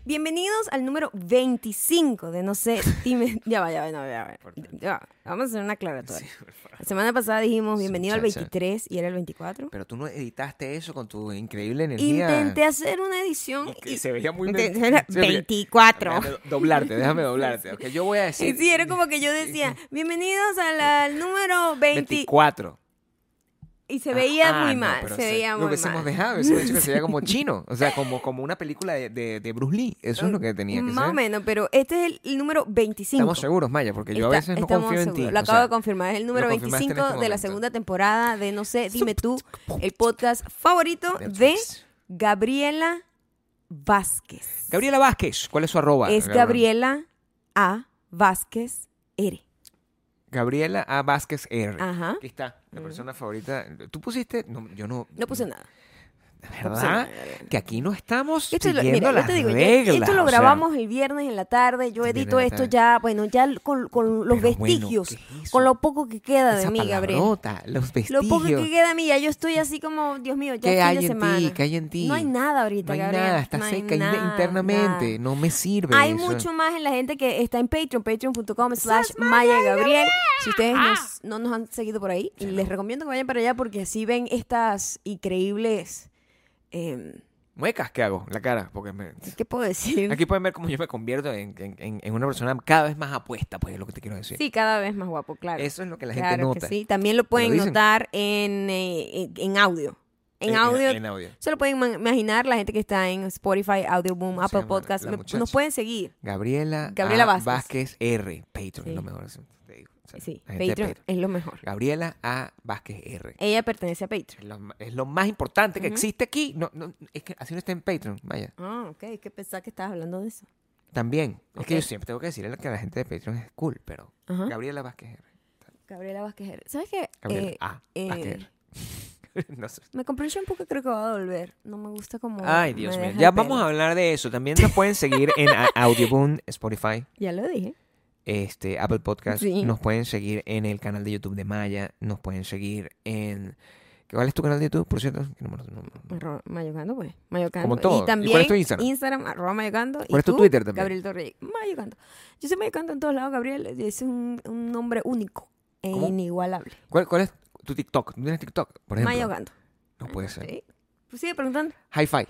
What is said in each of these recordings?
Bienvenidos al número 25 de No sé, dime... Ya va. Vamos a hacer una aclaratoria. Sí, por favor. La semana pasada dijimos bienvenido al Muchacha. 23 y era el 24. Pero tú no editaste eso con tu increíble energía. Intenté hacer una edición Que se veía muy... Era 24. Déjame doblarte. Okay, yo voy a Y decir... sí, era como que yo decía, bienvenidos al número 24. Y se veía muy no, mal, pero se veía lo muy hubiésemos mal. dejado, eso hecho que se veía como chino. O sea, como una película de Bruce Lee. Eso es lo que tenía que ser. Más o menos, pero este es el número 25. Estamos seguros, Maya, porque yo a veces no Estamos confío en ti. seguros. Lo O acabo sea, de confirmar. Es el número lo confirmaste en 25 este de la momento. segunda temporada de No sé, dime tú, el podcast favorito de Netflix. Gabriela Vázquez. Gabriela Vázquez, ¿cuál es su arroba? Es Gabriela A. Vázquez R. Gabriela A. Vázquez R. Ajá. Aquí está, la persona favorita. ¿Tú pusiste? No, yo no. No puse nada. ¿Verdad? Que aquí no estamos Esto, siguiendo mira, yo las te digo, reglas. esto lo o sea, grabamos el viernes en la tarde. Yo el edito viernes en la esto tarde. ya, bueno, ya con los Pero bueno, vestigios, ¿qué es eso? con lo poco que queda de esa mí, Gabriel. palabrota, los Lo vestigios. poco que queda de mí, ya yo estoy así como, Dios mío, ya ¿Qué es fin hay de en semana. ti? ¿Qué hay en ti? No hay nada ahorita, No hay Gabriel. nada, está No hay seca nada. internamente, no me sirve Hay eso. mucho más en la gente que está en Patreon, patreon.com/Maya Gabriel. Si ustedes no nos han seguido por ahí, les recomiendo que vayan para allá porque así ven estas increíbles... Muecas que hago, la cara, porque ¿Qué puedo decir? aquí pueden ver cómo yo me convierto en una persona cada vez más apuesta, pues es lo que te quiero decir. Sí, cada vez más guapo, claro. Eso es lo que la gente Claro nota. que sí. También lo pueden dicen. notar en audio. En audio. En audio. Se lo pueden imaginar la gente que está en Spotify, Audioboom, ¿Cómo se Apple llama Podcast. la muchacha? Nos pueden seguir. Gabriela Vázquez. Vázquez R. Patreon Sí. es lo mejor. Eso te digo. O sea, Sí, la gente de Patreon es lo mejor. Gabriela A. Vázquez R. Ella pertenece a Patreon. Es lo más importante que Ujú. existe aquí. No, es que así no está en Patreon, vaya. Ah, ok. Es que pensaba que estabas hablando de eso. También. Es Ok. que yo siempre tengo que decirle que la gente de Patreon es cool, pero Ajá. Gabriela Vázquez R. Gabriela Vázquez. ¿Sabes qué? Gabriela A. Vázquez R. No sé. Me compré un shampoo que creo que va a devolver. No me gusta como... Ay, Dios me mío. deja Ya el vamos pelo. a hablar de eso. También nos pueden seguir en Audioboom, Spotify, Ya lo dije. Apple Podcast. Sí. Nos pueden seguir en el canal de YouTube de Maya. Nos pueden seguir en... ¿Cuál es tu canal de YouTube, por cierto? Mayocando, pues. Mayocando. Como todo. Y también ¿Y cuál es tu Instagram? @Mayocando. ¿Cuál es tu Twitter también? Gabriel Torrey. Mayocando. Yo soy Mayocando en todos lados, Gabriel. Es un nombre único e ¿Cómo? inigualable. ¿Cuál es tu TikTok? ¿Tú tienes TikTok, por ejemplo? Mayocando. No puede ser. Sí. Pues sigue preguntando. Hi-Fi.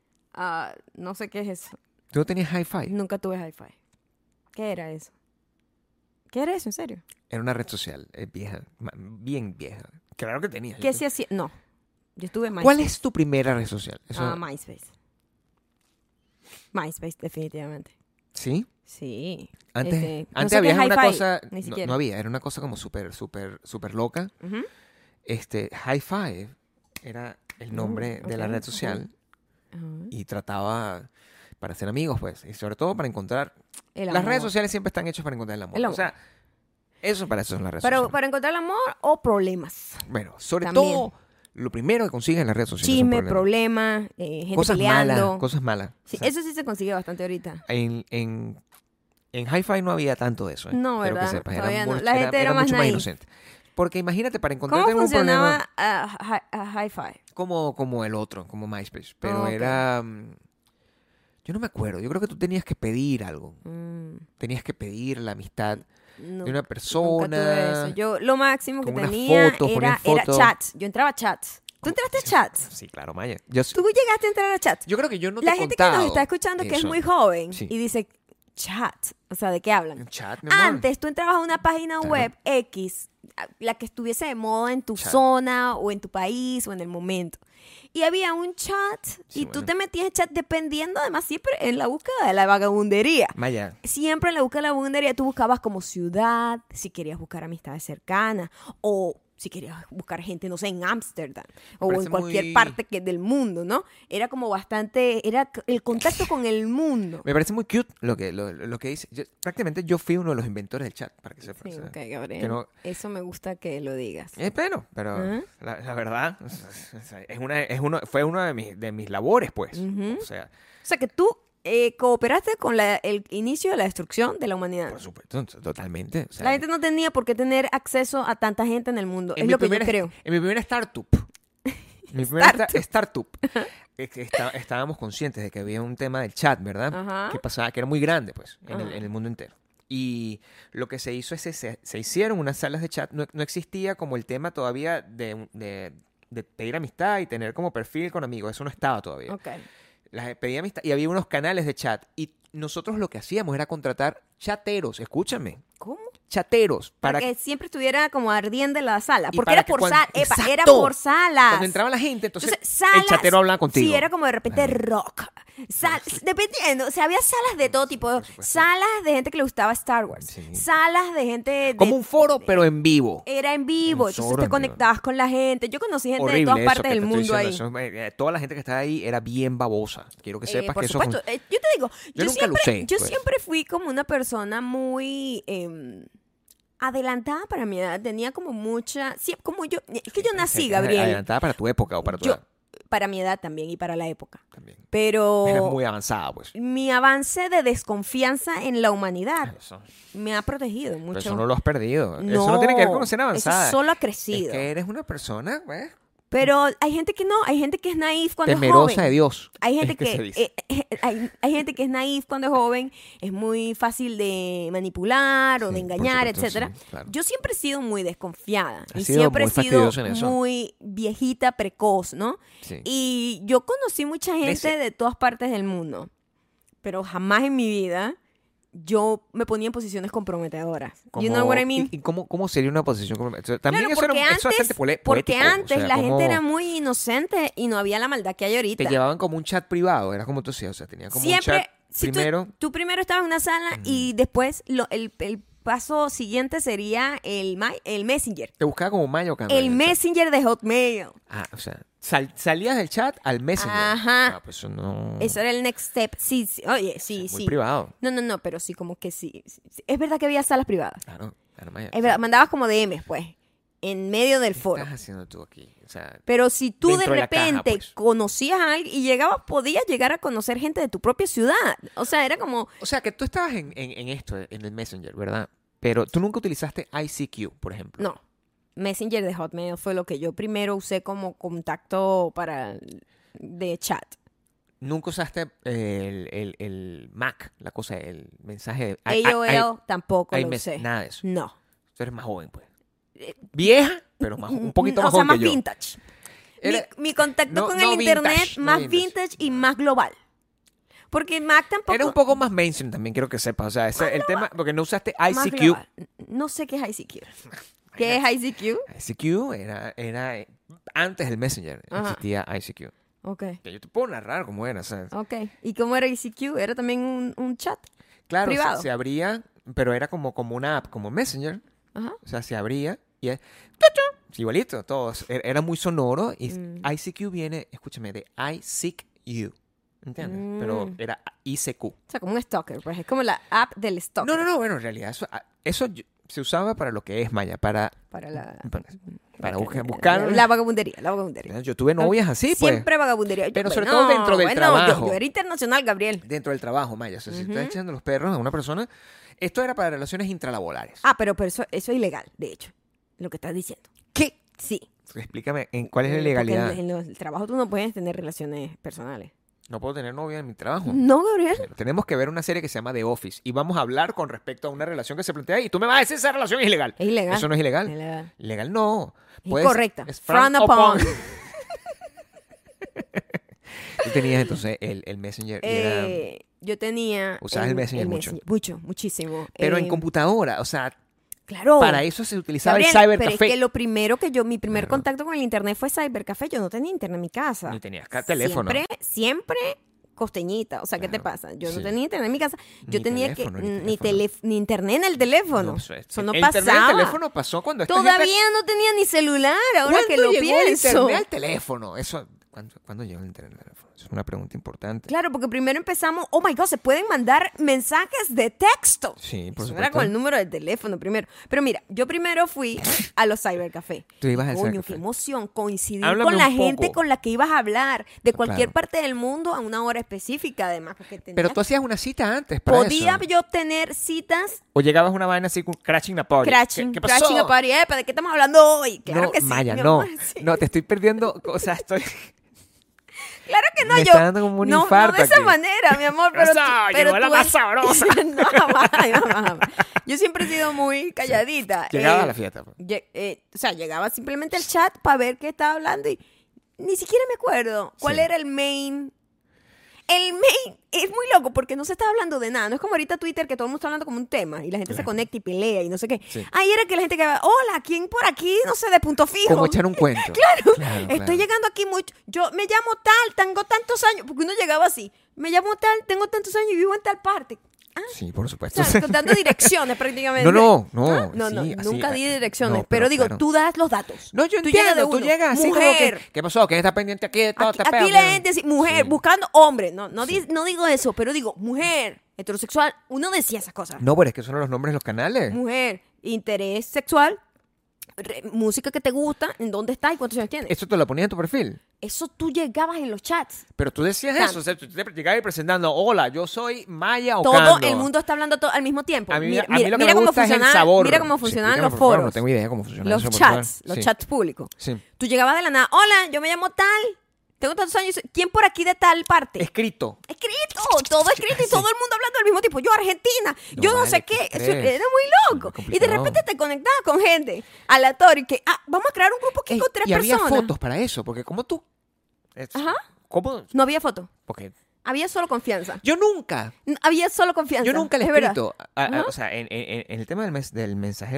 No sé qué es eso. ¿Tú no tenías Hi-Fi? Nunca tuve hi-fi. ¿Qué era eso? ¿Qué era eso, en serio? Era una red social vieja, bien vieja. Claro que tenías. ¿Qué se hacía? No. Yo estuve en MySpace. ¿Cuál es tu primera red social? MySpace. MySpace, definitivamente. ¿Sí? Sí. Antes, no antes sé qué había es una hi-fi, cosa... ni No, siquiera. no había, era una cosa como súper loca. Ujú. High Five era el nombre de la ok, red social Ajá. y trataba para hacer amigos, pues. Y sobre todo para encontrar... El Las amor. redes sociales siempre están hechas para encontrar el amor. El amor. O sea, para eso son las redes Pero sociales. para encontrar el amor o problemas. Bueno, sobre También. todo, lo primero que consiguen en las redes sociales son Chisme, problemas. gente Cosas peleando. malas, cosas malas. Sí, O sea, eso sí se consigue bastante ahorita. en Hi-Fi no había tanto de eso. No, Quiero ¿verdad? que sepas. Todavía no. La gente era más mucho más naive. inocente. Porque imagínate, para ¿Cómo encontrarte algún problema funcionaba hi-fi? como el otro, como MySpace. Pero Ok. era... yo no me acuerdo. Yo creo que tú tenías que pedir algo. Tenías que pedir la amistad No, de una nunca persona. tuve eso. Yo lo máximo que con unas tenía fotos, era ponían fotos. chats. Yo entraba a chats. ¿Tú entraste a chats? Sí, claro, Maya. ¿Tú llegaste a entrar a chats? Yo creo que yo no te La he gente que contado nos está escuchando que es eso. muy joven Sí. y dice chat, o sea, ¿de qué hablan? Un chat, mi amor. Antes tú entrabas a una página Claro. web X, la que estuviese de moda en tu Chat. zona o en tu país o en el momento. Y había un chat Sí, y tú bueno. te metías en chat dependiendo además siempre en la búsqueda de la vagabundería. Maya, Siempre en la búsqueda de la vagabundería tú buscabas como ciudad, si querías buscar amistades cercanas o si querías buscar gente, no sé, en Ámsterdam o parece en cualquier muy- parte del mundo, ¿no? Era como bastante, era el contacto con el mundo. me parece muy cute lo que dice. Prácticamente yo fui uno de los inventores del chat, para que sepas. Sí, o sea, ok, Gabriel. que no- Eso me gusta que lo digas. Bueno, pero Ajá. la verdad fue una de mis labores, pues. Ujú. O sea, O sea, que tú cooperaste con el inicio de la destrucción de la humanidad. por supuesto, totalmente. O sea, La gente no tenía por qué tener acceso a tanta gente en el mundo. en Es mi lo que yo primera- creo. En mi primera startup, Mi primera startup. Es que estábamos conscientes de que había un tema del chat, ¿verdad? Ajá. Que pasaba, que era muy grande, pues, en Ajá. el mundo entero. Y lo que se hizo es que se hicieron unas salas de chat. No existía como el tema todavía de pedir amistad y tener como perfil con amigos. Eso no estaba todavía. Ok. Pedí amistad y había unos canales de chat. Y nosotros lo que hacíamos era contratar chateros. Escúchame. ¿Cómo? Chateros. Para que siempre estuviera como ardiente la sala. Y Porque para era que por cuando- sala. ¡Exacto! Era por salas. Cuando entraba la gente, entonces salas, el chatero hablaba contigo. Sí, era como de repente rock. Dependiendo, o sea, había salas de todo tipo. Por supuesto. Salas de gente que le gustaba Star Wars. Sí. Salas de gente de... Como un foro, pero en vivo. Era en vivo, Un entonces foro te en vivo. conectabas con la gente. Yo conocí gente de Horrible todas eso partes que del te estoy mundo ahí. diciendo. Toda la gente que estaba ahí era bien babosa. Quiero que sepas Por que eso... supuesto. Yo te digo, Yo nunca lo usé, yo pues. siempre fui como una persona muy adelantada para mi edad. Tenía como mucha... Sí, como yo... Es que yo nací, Gabriel. Adelantada para tu época o para tu Yo, edad. para mi edad también y para la época. También. Pero Eras muy avanzada, pues. mi avance de desconfianza en la humanidad Eso. me ha protegido Pero mucho. eso no lo has perdido. Eso no tiene que ver con ser avanzada. Eso solo ha Es crecido. que eres una persona, pues, Pero hay gente que no, hay gente que es naif cuando es temerosa joven. de Dios. Hay gente es se que dice. hay gente que es naif cuando es joven, es muy fácil de manipular o Sí, de por engañar, supuesto, etcétera. sí, claro. Yo siempre he sido muy desconfiada Has y sido siempre he muy sido fastidiosa en eso. muy viejita, precoz, ¿no? Sí. Y yo conocí mucha gente Necia. de todas partes del mundo, pero jamás en mi vida yo me ponía en posiciones comprometedoras. You know what I mean? ¿Y cómo sería una posición? También Claro, eso, porque eso es bastante porque poético. antes O sea, la como gente era muy inocente y no había la maldad que hay ahorita. te llevaban como un chat privado, era como tú decías, o sea, tenía como un Siempre, chat si primero. tú primero estabas en una sala y después el paso siguiente sería el Messenger. Te buscaba como Mayo Candela. El Messenger de Hotmail. Ah, o sea, salías del chat al Messenger. Ajá. Ah, pues eso no... Eso era el next step. Sí, sí. Oye, sí, muy sí. privado. No, pero sí, como que sí. Es verdad que había salas privadas. Claro, Maya. Es verdad, mandabas como DMs, pues, en medio del ¿Qué foro. estás haciendo tú aquí? O sea, Pero si tú de dentro de la caja, repente pues. conocías a alguien y llegabas, podías llegar a conocer gente de tu propia ciudad. O sea, era como... que tú estabas en esto, en el Messenger, ¿verdad? Pero tú nunca utilizaste ICQ, por ejemplo. No. Messenger de Hotmail fue lo que yo primero usé como contacto de chat. Nunca usaste el Mac, la cosa, el mensaje de... AOL tampoco lo iMessage, usé. nada de eso. No. Tú eres más joven, pues. Vieja, pero un poquito más o sea, joven más que yo. vintage. Era- Mi contacto no- con no el internet vintage, no más vintage. vintage y más global. Porque Mac tampoco... Era un poco más mainstream también, quiero que sepas. O sea, el tema, porque no usaste más ICQ. global. No sé qué es ICQ. ¿Qué es ICQ? ICQ era antes del Messenger, Ajá. existía ICQ. Ok. Que yo te puedo narrar cómo era, ¿sabes? Ok. ¿Y cómo era ICQ? ¿Era también un chat? Claro, privado. se abría, pero era como una app, como Messenger. Ajá. O sea, se abría y es... Igualito, todos. Era muy sonoro y ICQ viene, escúchame, de I seek you. ¿Entiendes? Pero era ICQ. O sea, como un stalker, pues es como la app del stalker. No, bueno, en realidad eso se usaba para lo que es Maya, para buscar... La vagabundería, la vagabundería. Yo tuve novias así, pues. Siempre vagabundería. Pero sobre todo dentro del trabajo. Yo era internacional, Gabriel. Dentro del trabajo, Maya. O sea, si estás echando los perros a una persona, esto era para relaciones intralaborales. Ah, pero eso es ilegal, de hecho, lo que estás diciendo. ¿Qué? Sí. Explícame, ¿cuál es la Porque ilegalidad? en el trabajo tú no puedes tener relaciones personales. No puedo tener novia en mi trabajo. No, Gabriel. Pero tenemos que ver una serie que se llama The Office y vamos a hablar con respecto a una relación que se plantea y tú me vas a decir esa relación es ilegal. Es ilegal. Eso no es ilegal. Es ilegal. Ilegal no. Incorrecta. Es Frowned upon. Tú tenías entonces el Messenger y era... Yo tenía... Usabas el Messenger mucho. Mucho, muchísimo. Pero en computadora, o sea, Claro. para eso se utilizaba Gabriel, el cybercafé. pero es que lo primero mi primer Claro. contacto con el internet fue cybercafé. Yo no tenía internet en mi casa. Ni tenías teléfono. Siempre costeñita. O sea, ¿qué te pasa? Yo no Sí. tenía internet en mi casa. Yo Ni tenía teléfono, que... ni teléfono. Ni internet en el teléfono. No, Eso no el pasaba. internet en el teléfono pasó cuando esta Todavía gente... no tenía ni celular, ahora que lo ¿Cuándo llegó el pienso. internet al teléfono? ¿Cuándo llegó el internet al teléfono? es una pregunta importante. Claro, porque primero empezamos, oh my God, se pueden mandar mensajes de texto. Sí, por Eso supuesto. era con el número de teléfono primero. Pero mira, yo primero fui a los cybercafés. Tú ibas al Coño, cybercafé. qué emoción, coincidir Háblame con la un gente poco. con la que ibas a hablar, de cualquier Claro. parte del mundo a una hora específica, además. Porque Pero tú hacías una cita antes para podía eso. yo tener citas O llegabas a una vaina así con crashing a party. ¿Qué pasó? crashing a party. Epa, ¿de qué estamos hablando hoy? Claro no, que sí. Maya, mi no. amor, sí. No, te estoy perdiendo. O sea, estoy... Claro que no, Me yo. está dando como un no, infarto no de esa aquí. manera, mi amor. Pero Eso, pero llegó la más sabrosa. no, jamás. Yo siempre he sido muy calladita. Llegaba a la fiesta. Pues. O sea, llegaba simplemente al chat para ver qué estaba hablando y ni siquiera me acuerdo cuál Sí. era el main. El main es muy loco porque no se estaba hablando de nada. No es como ahorita Twitter que todo el mundo está hablando como un tema y la gente se Claro. conecta y pelea y no sé qué. Sí. Ahí era que la gente que hola, ¿quién por aquí? No sé, de punto fijo. Como echar un cuento. Claro, Claro, estoy claro. llegando aquí mucho. Yo me llamo tal, tengo tantos años. Porque uno llegaba así. Me llamo tal, tengo tantos años y vivo en tal parte. Sí, por O supuesto. sea, dando direcciones prácticamente. No. ¿Ah? No, sí, así, nunca di direcciones. no, pero digo, claro. tú das los datos. No, yo Tú llegas entiendo. de Tú uno. llegas así Mujer. como que... ¿Qué pasó? ¿Quién está pendiente aquí de todo Aquí, este peo? aquí la gente dice, mujer, Sí. buscando hombre. No, Sí. no digo eso, pero digo, mujer, heterosexual. Uno decía esas cosas. No, pero es que son los nombres de los canales. Mujer, interés sexual, música que te gusta, en dónde estás y cuántos años tienes. Eso te lo ponías en tu perfil. Eso tú llegabas en los chats. Pero tú decías Tanto. eso. O sea, tú te llegabas ahí presentando, hola, yo soy Maya Todo Ocando. el mundo está hablando al mismo tiempo. A mí, Mira, a mí lo que mira me cómo gusta es el funcionaban, sabor. mira cómo Sí, funcionaban explícame, los por favor, foros. No tengo idea cómo funciona Los eso. por chats, favor. los Sí. chats públicos. Sí. Tú llegabas de la nada, hola, yo me llamo tal, tengo tantos años, ¿quién por aquí de tal parte? Escrito. Escrito, todo escrito y todo el mundo hablando al mismo tiempo. Yo Argentina, No yo no vale, sé ¿qué qué. Eso crees? era muy loco. Muy Y de complicado. repente te conectabas con gente aleatoria y que, vamos a crear un grupo aquí Ey, con 3 y había personas. fotos para eso, porque como tú... Ajá. ¿Cómo? No había foto, Porque había solo confianza. yo nunca... Había solo confianza. Yo nunca le he es verdad. escrito, o sea, en el tema del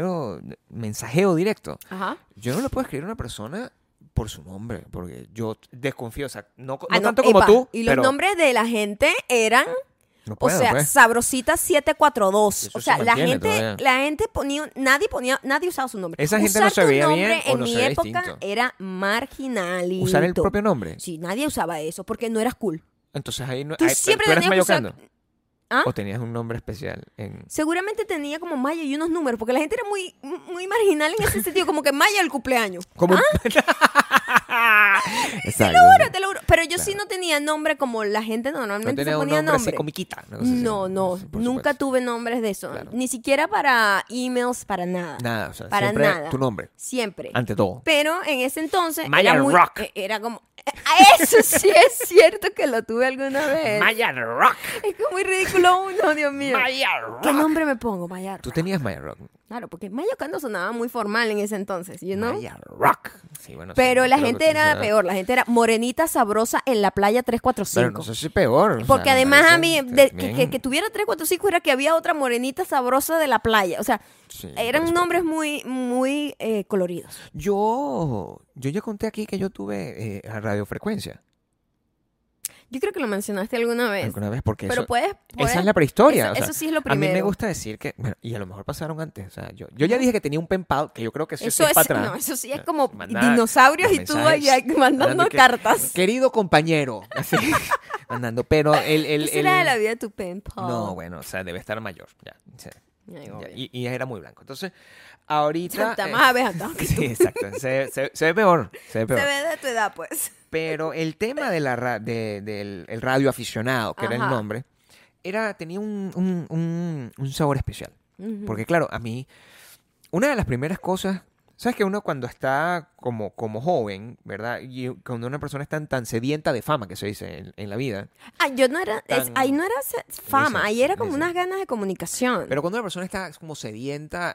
mensajeo directo, Ajá. yo no le puedo escribir a una persona por su nombre, porque yo desconfío, o sea, no Ah, tanto como epa, tú, y los pero nombres de la gente eran, no puedo, o sea, pues. Sabrosita 742. Eso O sea, se la mantiene gente, todavía. nadie usaba su nombre. Esa gente Usar no se tu veía nombre bien o en no mi se veía época distinto. era marginalito. Usar el propio nombre. Sí, nadie usaba eso porque no eras cool. Entonces ahí no... Tú ahí- siempre ¿tú eras tenías que usar- mayocando? ¿Ah? ¿O tenías un nombre especial en...? Seguramente tenía como Maya y unos números, porque la gente era muy marginal en ese sentido, como que Maya el cumpleaños. Como... Exacto. Te lo juro. Pero yo sí no tenía nombre como la gente No normalmente tenía se un ponía nombre así nombre. comiquita. Una cosa así. No, Sí, por nunca supuesto. tuve nombres de eso. Claro. Ni siquiera para emails, para nada. Nada, o sea, Para siempre nada. tu nombre, Siempre. ante todo. Pero en ese entonces Maya era muy, Rock. era como eso sí es cierto que lo tuve alguna vez. Maya Rock. Es que es muy ridículo uno, Dios mío. Maya ¿Qué Rock. nombre me pongo? Maya Tú Rock. tenías Maya Rock. Claro, porque Maya Ocando sonaba muy formal en ese entonces, you know? Maya Rock. Sí, bueno, sí, Pero no la creo que gente tú era seas- peor, la gente era morenita sabrosa en la playa Pero 345. no sé si peor. o Porque sea, me además a parece mí, también- que tuviera 345 era que había otra morenita sabrosa de la playa. O sea, Sí, eran por nombres muy coloridos. Yo ya conté aquí que yo tuve radiofrecuencia Yo creo que lo mencionaste alguna vez. alguna vez, porque Pero eso, puedes... esa es la prehistoria. Eso, o sea, eso sí es lo a mí primero. me gusta decir que, bueno, y a lo mejor pasaron antes. O sea, yo ya dije que tenía un pen pal, que yo creo que eso, Eso sí es es, para atrás. no, eso sí es como Mandar dinosaurios los y tú mensajes, ahí mandando que, cartas. Querido compañero, así, mandando, pero ¿Qué será de la vida de tu pen pal? No, bueno, o sea, debe estar mayor, ya. Sí, Ay, ya, obvio. y era muy blanco. Entonces, ahorita... Está más avejentado que sí, exacto. Se ve peor, se ve peor. Se ve de tu edad, pues. Pero el tema de del el radio aficionado, que era el Ajá. nombre, tenía un sabor especial. Ujú. Porque claro, a mí, una de las primeras cosas, ¿sabes que uno cuando está como joven, ¿verdad? Y cuando una persona es tan sedienta de fama, que se dice en la vida, Ah, yo no era... ahí no era fama, ahí era como Dice. unas ganas de comunicación. pero cuando una persona está como sedienta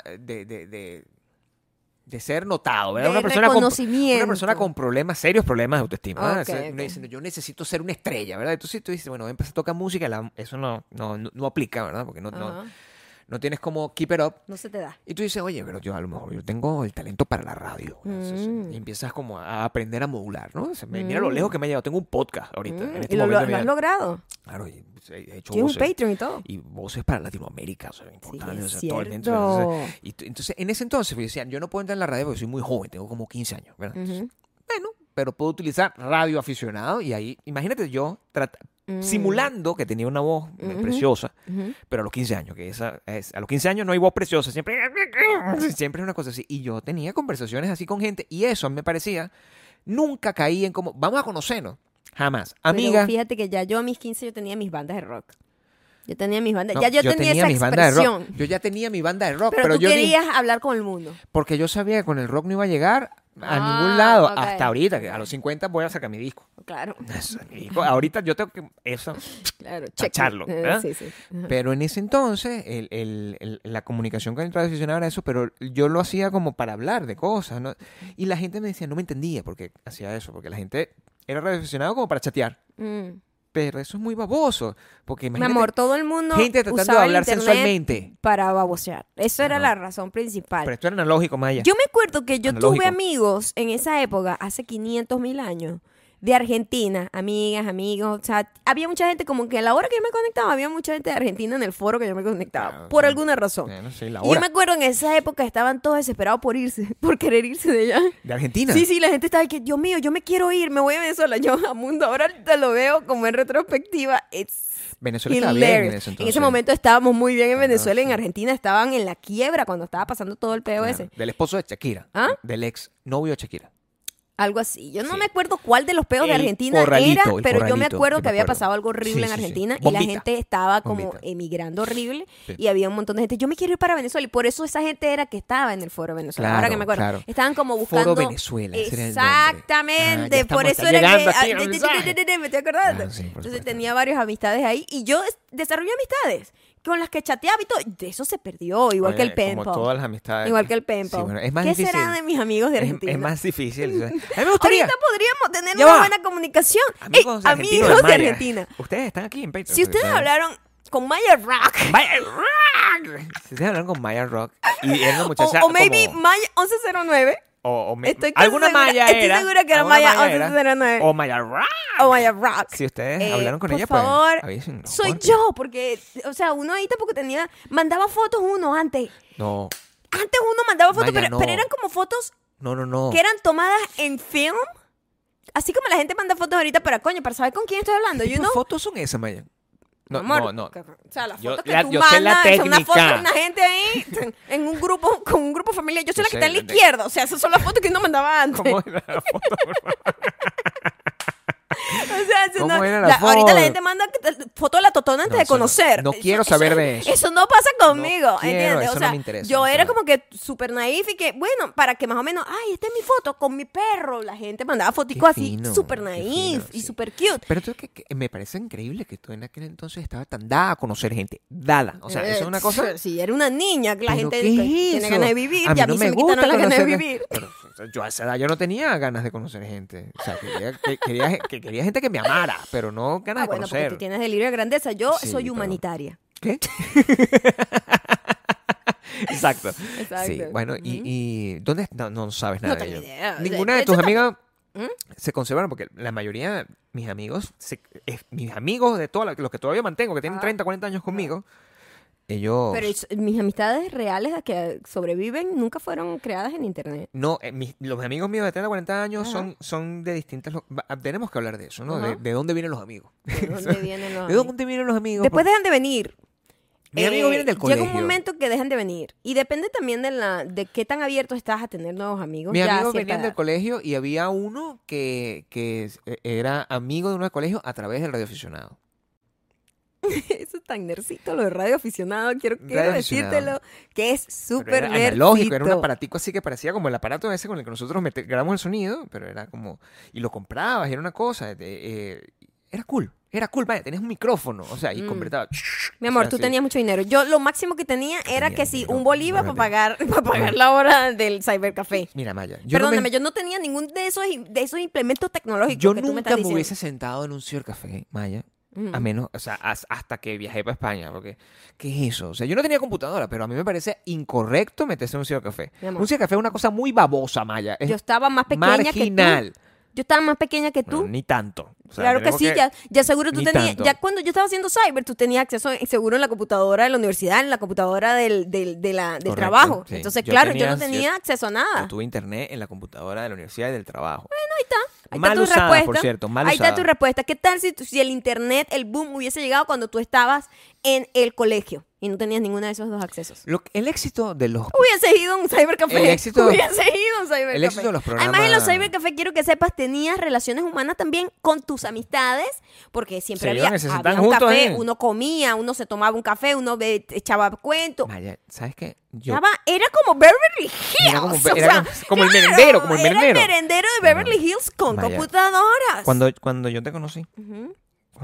de ser notado, ¿verdad? De Una persona reconocimiento. con problemas, serios problemas de autoestima. ¿verdad? Ok, O sea, uno ok. dice, yo necesito ser una estrella, ¿verdad? Entonces tú dices, bueno, empezar a tocar música, eso no aplica, ¿verdad? Porque Ajá. no tienes como keep it up. No se te da. Y tú dices, oye, pero yo a lo mejor yo tengo el talento para la radio. Entonces, y empiezas como a aprender a modular, ¿no? O sea, mira lo lejos que me ha llegado. Tengo un podcast ahorita. En este Y lo momento has logrado. Claro, y he hecho Tienes un voces. Patreon y todo. Y voces para Latinoamérica, o sea, importante, es o sea, todo el mundo. cierto. Entonces, en ese entonces, pues, decían, yo no puedo entrar en la radio porque soy muy joven, tengo como 15 años, ¿verdad? Ujú. Bueno, pero puedo utilizar radio aficionado. Y ahí, imagínate yo simulando que tenía una voz preciosa, pero a los 15 años, a los 15 años no hay voz preciosa, siempre es una cosa así. Y yo tenía conversaciones así con gente, y eso me parecía, nunca caí en como, vamos a conocernos, jamás. Amiga. Pero fíjate que ya yo a mis 15 yo tenía mis bandas de rock. Yo tenía mis bandas, No, yo tenía esa mis bandas de rock. expresión. Yo ya tenía mi banda de rock, Pero tú yo querías hablar con el mundo. porque yo sabía que con el rock no iba a llegar a ningún lado, ok. hasta ahorita, que a los 50 voy a sacar mi disco. Claro. Mi disco, ahorita yo tengo que Claro, tacharlo, ¿verdad? Sí, sí. Ajá. Pero en ese entonces, la comunicación con el radioaficionado era eso, pero yo lo hacía como para hablar de cosas, ¿no? Y la gente me decía, no me entendía por qué hacía eso, porque la gente era radioaficionado como para chatear. Pero eso es muy baboso, porque Mi imagínate, amor, todo el mundo gente tratando usaba de hablar el internet sensualmente. para babosear. Eso era No. la razón principal. Pero esto era analógico, Maya. Yo me acuerdo que yo Analógico. tuve amigos en esa época, hace 500,000 años, de Argentina, amigas, amigos, o sea, había mucha gente como que a la hora que yo me conectaba, había mucha gente de Argentina en el foro que yo me conectaba, Claro, por sí. alguna razón. Bueno, sí, la Y yo hora. me acuerdo en esa época estaban todos desesperados por irse, por querer irse de allá. ¿De Argentina? Sí, la gente estaba que, Dios mío, yo me quiero ir, me voy a Venezuela. Yo, a mundo, ahora te lo veo como en retrospectiva. Venezuela estaba bien en ese En entonces. ese momento estábamos muy bien en Claro, Venezuela y en sí. Argentina estaban en la quiebra cuando estaba pasando todo el peo ese. Claro, del esposo de Shakira. ¿Ah? Del ex novio de Shakira. Algo así. Yo no Sí. me acuerdo cuál de los peos de El Argentina corralito, era, el pero yo me corralito, acuerdo yo que me había acuerdo. pasado algo horrible Sí, en sí, sí. Argentina y la Bombita. gente estaba como Bombita. emigrando horrible Sí. y había un montón de gente. Yo me quiero ir para Venezuela y por eso esa gente era que estaba en el foro de Venezuela. Ahora Claro, que me acuerdo. claro. Estaban como Foro buscando. Venezuela, ese era el nombre. Exactamente. Ah, ya por estamos eso era llegando que. aquí al mensaje. Me estoy acordando. Ah, sí, por Entonces supuesto. tenía varias amistades ahí y yo desarrollé amistades con las que chateaba y todo. De eso se perdió, igual que el pen Como pal. todas las amistades. Igual que el pen Sí, pal. bueno, es más ¿Qué difícil. será de mis amigos de Argentina? Es más difícil. O sea, a mí me gustaría. Ahorita podríamos tener Ya una va. buena comunicación. Amigos de Ey, Argentina, amigos de Maya. Argentina. Ustedes están aquí en Patreon. Si ustedes hablaron con Maya Rock Maya Rock. Si ustedes hablaron con Maya Rock y era una muchacha o maybe como- Maya 1109, Estoy casi alguna segura- Maya estoy era. segura que era alguna Maya era, 1109. O Maya Rock. o Maya Rock. Si ustedes hablaron con por ella, pues, favor, avisen, no, soy porque- yo, porque, o sea, uno ahí tampoco mandaba fotos uno antes. No, Antes uno mandaba fotos, Maya, pero no. eran como fotos no. que eran tomadas en film. Así como la gente manda fotos ahorita para saber con quién estoy hablando. ¿Qué You tipo de know? fotos son esas, Maya? No, Amor, no. O sea, las Yo- fotos que la- tú yo sé la mandas son una foto de técnica. una gente ahí en un grupo, con un grupo familiar. Yo soy Yo la que está en la sé, izquierda. O sea, esas son las fotos que uno mandaba antes. ¿Cómo era la foto? O sea, si ¿Cómo no- era la ahorita foto? la gente manda foto de la totona antes No, de eso no. conocer. No quiero saber de eso. Eso no pasa conmigo, No quiero, ¿entiendes? eso O no sea, me interesa, yo o era sea. como que súper naif y que, bueno, para que más o menos, ay, esta es mi foto con mi perro. La gente mandaba foticos Qué así, fino, súper qué naif fino, y sí. súper cute. Pero tú, que me parece increíble que tú en aquel entonces estabas tan dada a conocer gente. Dada. O sea, eso es una cosa. Si era una niña, que la ¿Pero gente qué es tiene eso? ganas de vivir, A mí ya a no mí se me me quitaron gusta las ganas de conocer- vivir. Pero, o sea, yo a esa edad yo no tenía ganas de conocer gente. O sea, quería gente que me amara, pero no ganas de Bueno, porque conocer. tú tienes delirio de grandeza. Yo Sí, soy pero- humanitaria. ¿Qué? Exacto. Exacto. Sí, bueno, y ¿dónde? No sabes nada No de tengo ello. idea. Ninguna De de tus hecho, amigas ¿Mm? se conservaron, porque la mayoría de mis amigos, mis amigos de todos los que todavía mantengo, que tienen 30, 40 años conmigo, ellos... Pero mis amistades reales las que sobreviven nunca fueron creadas en internet. No, los amigos míos de 30, 40 años Ajá. son de distintas... Tenemos que hablar de eso, ¿no? Ajá. De dónde vienen los amigos. ¿De dónde vienen los ¿De amigos? dónde vienen los amigos? Después dejan de venir. Mis amigos vienen del colegio. Llega un momento que dejan de venir. Y depende también de qué tan abierto estás a tener nuevos amigos. Mis ya a amigos cierta venían del edad. colegio y había uno que era amigo de uno del colegio a través del radioaficionado. Eso es tan nercito, lo de radio aficionado. Quiero Radio decírtelo, aficionado. que es Pero súper era analógico, era un nercito. aparatico así que parecía como el aparato ese con el que nosotros grabamos el sonido, pero era como... Y lo comprabas y era una cosa... Era cool, vaya, tenías un micrófono, o sea, y convertía... Mi amor, o sea, tú así. teníos mucho dinero. Yo lo máximo que tenía era tenía que si dinero, un bolívar para imagínate. pagar la hora del cybercafé. Mira, Maya, Perdóname, yo no tenía ningún de esos implementos tecnológicos yo que tú me nunca estás me diciendo. hubiese sentado en un cibercafé, Maya, a menos, o sea, hasta que viajé para España, porque, ¿qué es eso? O sea, yo no tenía computadora, pero a mí me parece incorrecto meterse en un cibercafé. Mi amor. Un cibercafé es una cosa muy babosa, Maya. Es Yo estaba más pequeña marginal. que tú. Yo estaba más pequeña que tú. Bueno, ni tanto. O sea, Claro que tenemos sí, ya seguro tú ni tenías, tanto. ya cuando yo estaba haciendo cyber, tú tenías acceso seguro en la computadora de la universidad, en la computadora del Correcto, trabajo. sí. Entonces, Yo claro, yo tenía no tenía acceso a nada. Yo tuve internet en la computadora de la universidad y del trabajo. Ahí está. Ahí Mal está tu usada, respuesta. por cierto, mal Ahí está usada. tu respuesta. ¿Qué tal si el internet, el boom, hubiese llegado cuando tú estabas en el colegio y no tenías ninguno de esos dos accesos? El éxito de los... Hubiese ido a un cybercafé. El éxito- Hubiese ido a un cybercafé. el éxito de los programas- Además, en los cybercafés, quiero que sepas, tenías relaciones humanas también con tus amistades, porque siempre Se había, iban y se había sentaban un juntos café, ahí. uno comía, uno se tomaba un café, uno echaba cuentos. Maya, ¿sabes qué? Yo... Era como Beverly Hills. Era como- o sea, era como el claro, merendero, como el Era merendero. el merendero de Beverly Hills con Vaya. computadoras. Cuando yo te conocí, Ujú.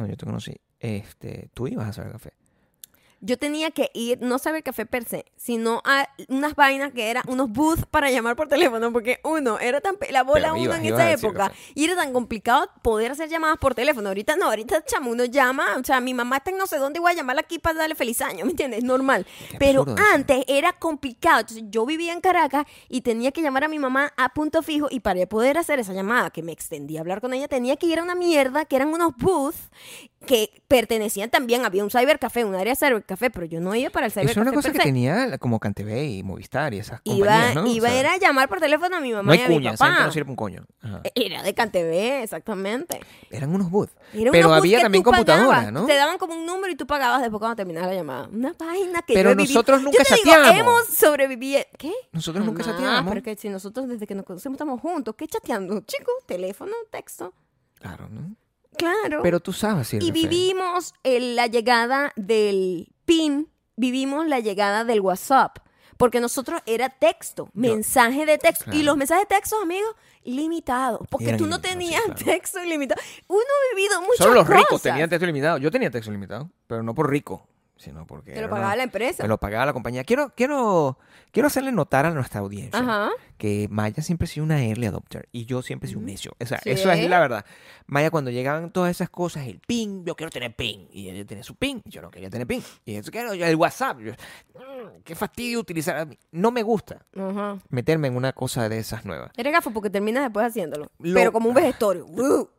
tú ibas a hacer café. Yo tenía que ir, no saber café per se, sino a unas vainas que eran unos booths para llamar por teléfono, porque la bola Pero uno ibas en a esa decir época, café. y era tan complicado poder hacer llamadas por teléfono. Ahorita no, ahorita chamo, uno llama, o sea, mi mamá está en no sé dónde, voy a llamarla aquí para darle feliz año, ¿me entiendes? Normal. Qué Pero absurdo eso. antes era complicado, entonces yo vivía en Caracas y tenía que llamar a mi mamá a punto fijo, y para poder hacer esa llamada, que me extendía a hablar con ella, tenía que ir a una mierda que eran unos booths que pertenecían también, había un cybercafé, un área de cybercafé, pero yo no iba para el Eso cybercafé es una cosa per que se. tenía como CanTV y Movistar y esas Iba, compañías, ¿no? iba O sea, era a llamar por teléfono a mi no mamá hay y a mi cuña, esa gente papá. no sirve un coño. Ajá. Era de CanTV, exactamente. Eran unos booths. Era Pero unos bus había que también tú computadoras, pagabas. ¿no? Te daban como un número y tú pagabas después cuando terminaba la llamada. Una página que Pero yo he vivido. nosotros nunca Yo te digo, chateamos. hemos sobrevivido. ¿Qué? Nosotros nunca Jamás, chateamos. Pero que si nosotros desde que nos conocemos estamos juntos, ¿qué chateando? Chicos, teléfono, texto. Claro, ¿no? Claro. Pero tú sabes, sí. Y vivimos la llegada del PIN, vivimos la llegada del WhatsApp. Porque nosotros era texto, mensaje de texto. Claro. Y los mensajes de texto, amigos, limitados. Porque Eran tú no limitados, tenías sí, claro. texto ilimitado. Uno ha vivido muchas Solo los cosas. ricos tenían texto ilimitado. Yo tenía texto ilimitado, pero no por rico, sino porque... Te lo era pagaba la empresa. Me lo pagaba la compañía. Quiero hacerle notar a nuestra audiencia Ajá. que Maya siempre ha sido una early adopter y yo siempre he sido un necio. O sea, Sí. eso es la verdad. Maya, cuando llegaban todas esas cosas, el PIN, yo quiero tener PIN. Y ella tenía su PIN, yo no quería tener PIN. Y eso quiero, el WhatsApp. Qué fastidio utilizar. No me gusta Ajá. meterme en una cosa de esas nuevas. Eres gafo porque terminas después haciéndolo. Lo- Pero como un vejestorio.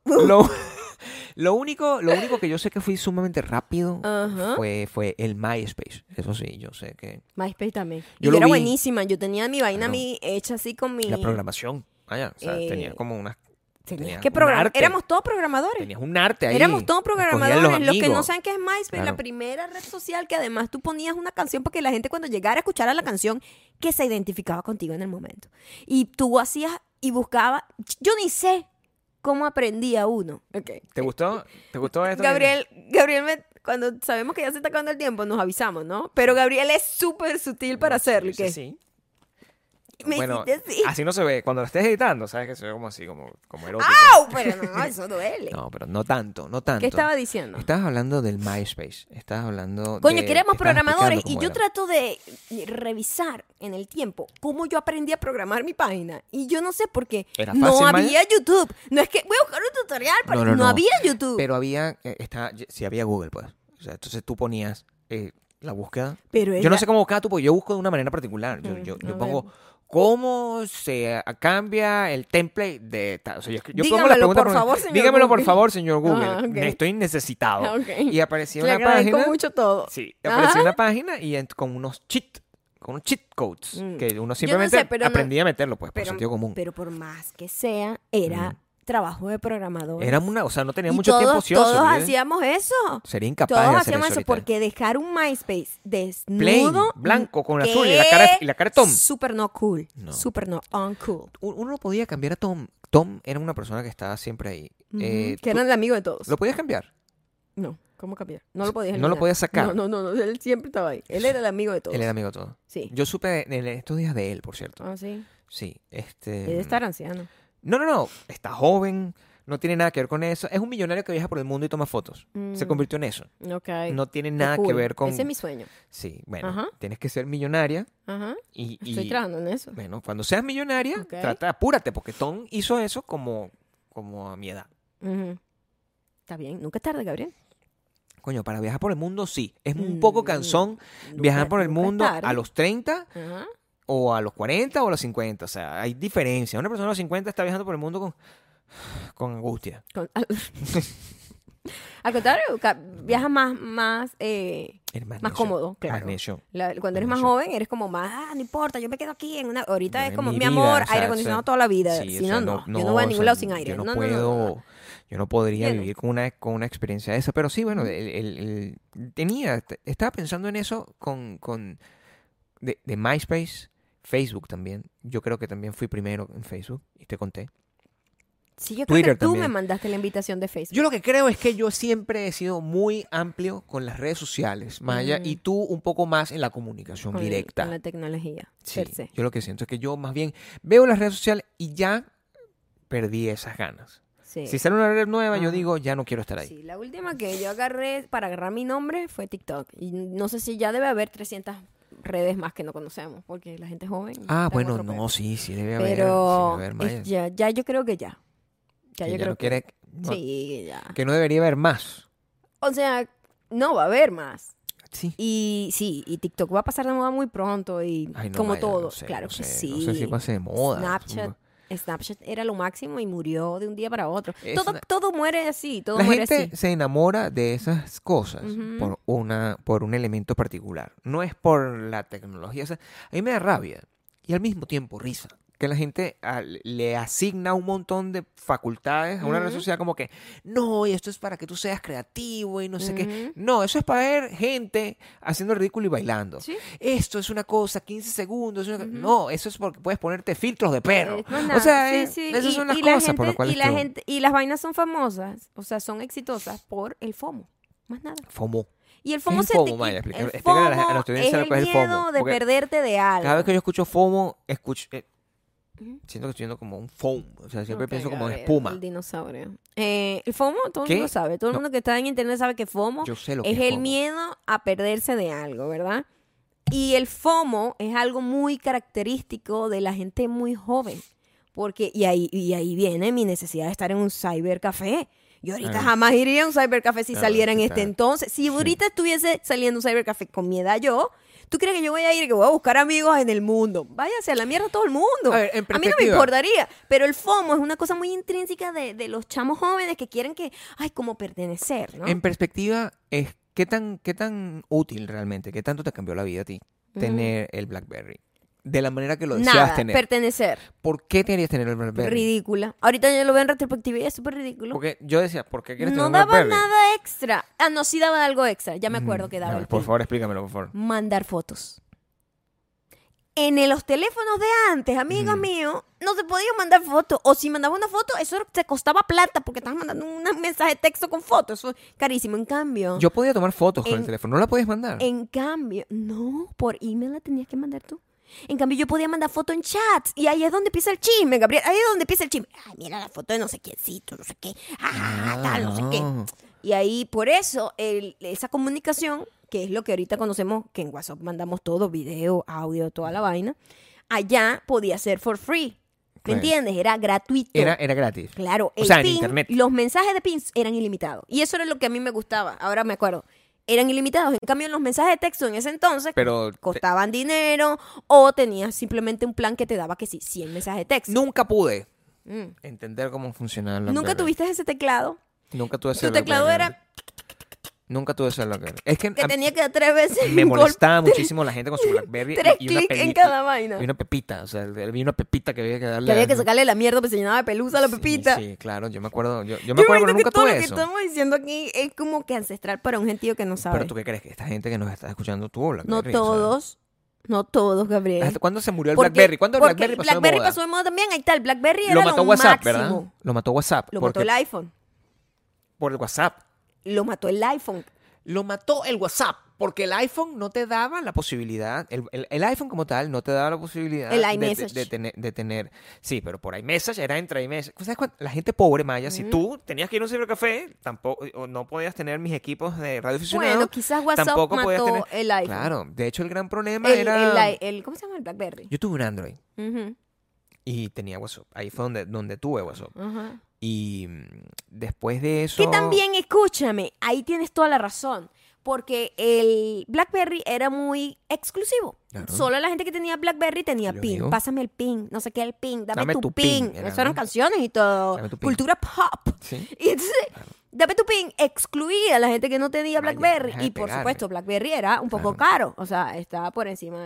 Lo único que yo sé que fui sumamente rápido Ajá. fue el MySpace. Eso sí, yo sé que MySpace también. Yo Y lo era vi. buenísima. Yo tenía mi vaina Claro. hecha así con mi... la programación, vaya, o sea, Eh, tenía como unas... Tenías tenía que un programar. arte. Éramos todos programadores. Tenías un arte ahí. Éramos todos escogías programadores. Los que no amigos. saben qué es MySpace, Claro. la primera red social que además tú ponías una canción para que la gente cuando llegara a escuchar la canción que se identificaba contigo en el momento. Y tú hacías y buscabas. Yo ni sé cómo aprendía uno. Okay. ¿Te gustó? ¿Te gustó esto? Gabriel, cuando sabemos que ya se está acabando el tiempo, nos avisamos, ¿no? Pero Gabriel es súper sutil para hacerlo. ¿Y qué? Sí. Me Bueno, hiciste así. así no se ve. Cuando lo estés editando, sabes que se ve como así, como erótico. ¡Au! Pero no, eso duele. No, pero no tanto, no tanto. ¿Qué estaba diciendo? Estabas hablando del MySpace. Estabas hablando Coño, de... que éramos estabas programadores explicando y yo cómo era. trato de revisar en el tiempo cómo yo aprendí a programar mi página. Y yo no sé por qué. ¿Era No fácil, Maya? había YouTube. No es que voy a buscar un tutorial, pero no, había YouTube. Pero había... sí había Google, pues. O sea, entonces tú ponías la búsqueda. Pero Yo no sé cómo buscar tú, porque yo busco de una manera particular. Yo a pongo... ver. ¿Cómo se cambia el template de tal? O sea, yo pongo Dígamelo, la pregunta por favor, señor dígamelo, por Google. favor, señor Google. Ah, ok. Estoy necesitado. Ok. Y aparecía Le una agradezco página. mucho todo. Sí, aparecía Ajá. una página y con unos cheat codes que uno simplemente sé, pero no- aprendía a meterlo, pues, por sentido común. Pero por más que sea, era trabajo de programador. O sea, no tenía y mucho todos, tiempo ocioso. Todos ¿sí? hacíamos eso. Sería incapaz Todos de hacer hacíamos eso eso ahorita. porque dejar un MySpace Plain, desnudo, blanco, con ¿qué? azul y la cara de Tom. Súper no cool. No. Súper no uncool. Uno lo podía cambiar a Tom. Tom era una persona que estaba siempre ahí. Que tú- eran el amigo de todos. ¿Lo podías cambiar? No, ¿cómo cambiar? No lo podías No lo eliminar. podías sacar. No, él siempre estaba ahí. Él era el amigo de todos. Él era amigo de todos. Sí. Yo supe en estos días de él, por cierto. Ah, sí. Sí, Él debe estar anciano. No. Está joven, no tiene nada que ver con eso. Es un millonario que viaja por el mundo y toma fotos. Se convirtió en eso. Ok. No tiene Qué nada que cool. ver con... Ese es mi sueño. Sí, bueno, Ajá. tienes que ser millonaria Ajá. y... Estoy trabajando en eso. Bueno, cuando seas millonaria, Ok. apúrate, porque Tom hizo eso como a mi edad. Ujú. Está bien. Nunca es tarde, Gabriel. Coño, para viajar por el mundo, sí. Es un poco cansón Nunca- viajar por el nunca es mundo tarde. a los 30 Ajá. o a los 40 o a los 50. O sea, hay diferencia. Una persona a los 50 está viajando por el mundo con angustia. Al contrario, viaja más más más necio, cómodo, claro. Más necio. Cuando eres más necio. joven, eres como más, no importa, yo me quedo aquí en una... Ahorita es En como, mi mi vida, amor, o sea, aire acondicionado o sea, toda la vida. Sí, Si o sea, no, yo no voy a o ningún sea, lado sin aire. yo no No, puedo, yo no podría ¿Entiendes? vivir con una experiencia de esa, pero sí, bueno, estaba pensando en eso de MySpace, Facebook también. Yo creo que también fui primero en Facebook y te conté. Sí, yo creo Twitter que tú también. me mandaste la invitación de Facebook. Yo lo que creo es que yo siempre he sido muy amplio con las redes sociales, Maya, y tú un poco más en la comunicación directa. Con la tecnología, Sí, per se. yo lo que siento es que yo más bien veo las redes sociales y ya perdí esas ganas. Sí. Si sale una red nueva, yo Ah. digo, ya no quiero estar ahí. Sí, la última que yo agarré para agarrar mi nombre fue TikTok. Y no sé si ya debe haber 300 redes más que no conocemos, porque la gente joven... Ah, está en bueno, otro no, pedo. sí debe haber. Pero sí debe haber, Maya. ya yo creo que ya. Ya Que yo ya creo no quiere, no- sí, ya. que no debería haber más. O sea, no va a haber más. Sí. Y sí, y TikTok va a pasar de moda muy pronto y Ay, no, como Maya, todo. no sé, Claro no que sé, sí. No sé si pase de moda. Snapchat era lo máximo y murió de un día para otro. Es Todo, una- todo muere así, todo La muere gente así. se enamora de esas cosas Ujú. por un elemento particular. No es por la tecnología. O sea, a mí me da rabia y al mismo tiempo risa. Que la gente le asigna un montón de facultades a una red Ujú. social como que, no, y esto es para que tú seas creativo y no sé qué. Ujú. No, eso es para ver gente haciendo el ridículo y bailando. Sí. Esto es una cosa, 15 segundos. Ujú. No, eso es porque puedes ponerte filtros de perro. No es O nada. sea, Sí, sí. esas son las la cosas por las gente- cuales y la tú- gente y las vainas son famosas, o sea, son exitosas por el FOMO, más nada. FOMO. Y el ¿Qué FOMO es el se FOMO, te Maya? quita. Explícale- El explícale a la FOMO audiencia es lo el que es el FOMO, miedo de porque perderte de algo. Cada vez que yo escucho FOMO, Ujú. siento que estoy viendo como un foam. O sea, siempre Ok, pienso como en Gabriel, espuma. El dinosaurio. El FOMO, todo el ¿Qué? mundo sabe. Todo el No. mundo que está en internet sabe que FOMO Yo sé lo que es es el FOMO. miedo a perderse de algo, ¿verdad? Y el FOMO es algo muy característico de la gente muy joven. Porque, y ahí viene mi necesidad de estar en un cybercafé. Yo ahorita Claro. jamás iría a un cybercafé si Claro, saliera en sí, este claro. entonces. Si ahorita estuviese saliendo un cybercafé con mi edad yo, ¿tú crees que yo voy a ir y que voy a buscar amigos en el mundo? Váyase a la mierda todo el mundo. A ver, en A mí no me perspectiva. importaría. Pero el FOMO es una cosa muy intrínseca de los chamos jóvenes que quieren como pertenecer, ¿no? En perspectiva, ¿qué tan útil realmente, qué tanto te cambió la vida a ti tener el BlackBerry? De la manera que lo deseabas Nada, tener. pertenecer. ¿Por qué querías tener el BlackBerry? Ridícula. Ahorita yo lo veo en retrospectiva y es súper ridículo. Porque yo decía, ¿por qué quieres No tener un daba BlackBerry? nada extra. Ah, no, sí daba algo extra. Ya me acuerdo que daba. A ver, el por pin. favor, explícamelo, por favor. Mandar fotos. Los teléfonos de antes, amigos míos, no se podía mandar fotos. O si mandaba una foto, eso te costaba plata porque estabas mandando un mensaje de texto con fotos. Eso es carísimo. En cambio, Yo podía tomar fotos con el En- teléfono, ¿no la podías mandar? no, por email la tenías que mandar tú. En cambio, yo podía mandar foto en chats. Y ahí es donde empieza el chisme, Gabriel. Ahí es donde empieza el chisme. Ay, mira la foto de no sé quiéncito, no sé qué. Tal, no sé qué. Y ahí, por eso, esa comunicación, que es lo que ahorita conocemos, que en WhatsApp mandamos todo, video, audio, toda la vaina, allá podía ser for free. ¿Me Claro. entiendes? Era gratuito. Era gratis. Claro, O sea, en pin, internet. los mensajes de pins eran ilimitados. Y eso era lo que a mí me gustaba. Ahora me acuerdo. Eran ilimitados. En cambio, los mensajes de texto en ese entonces Pero costaban dinero o tenías simplemente un plan que te daba que sí, 100 mensajes de texto. nunca pude Mm. entender cómo funcionaba el ¿Nunca BlackBerry. tuviste ese teclado? Nunca tuve ese Tu teclado BlackBerry. era Nunca tuve ese BlackBerry. Es que que tenía que dar 3 veces me un golpe, molestaba muchísimo la gente con su BlackBerry 3 y una clics en pelita- cada vaina. y una pepita. O sea, había una pepita que había que darle. Que había a- que sacarle la mierda porque se llenaba de pelusa la Sí, pepita. Sí, claro, yo me acuerdo. Yo me Yo acuerdo, pero imagino nunca que todo lo tuve que eso. estamos diciendo aquí es como que ancestral para un gentío que no sabe. Pero tú qué crees que esta gente que nos está escuchando tuvo No BlackBerry. O sea, todos. No todos, Gabriel. ¿hasta cuándo se murió el Porque- BlackBerry? ¿Cuándo el porque BlackBerry pasó de moda? pasó de moda también. Ahí está, el BlackBerry Lo era mató lo WhatsApp, máximo. ¿verdad? Lo mató WhatsApp. Lo porque- mató el iPhone. Por el WhatsApp. Lo mató el iPhone. Lo mató el WhatsApp. Porque el iPhone no te daba la posibilidad. El iPhone como tal no te daba la posibilidad El de, iMessage. de tener. Sí, pero por iMessage era entre iMessage. ¿Sabes cuánto? La gente pobre, Maya, si tú tenías que ir a un cibercafé, tampoco, o no podías tener mis equipos de radio aficionado. Bueno, quizás WhatsApp tampoco podías mató tener. el iPhone. Claro, de hecho, el gran problema era. ¿Cómo se llama el BlackBerry? Yo tuve un Android Ujú, y tenía WhatsApp. Ahí fue donde tuve WhatsApp. ajá. Y después de eso. Que también, escúchame, ahí tienes toda la razón. Porque el BlackBerry era muy exclusivo. Claro. Solo la gente que tenía BlackBerry tenía Yo pin. digo. Pásame el pin, no sé qué el pin, dame, Dame tu tu pin. pin, era, Eso eran ¿no? canciones y todo. Dame tu pin. Cultura pop. Sí. Y entonces, Dame tu pin excluía a la gente que no tenía Vaya, BlackBerry. deja de Y por pegarme. supuesto, BlackBerry era un poco caro. O sea, estaba por encima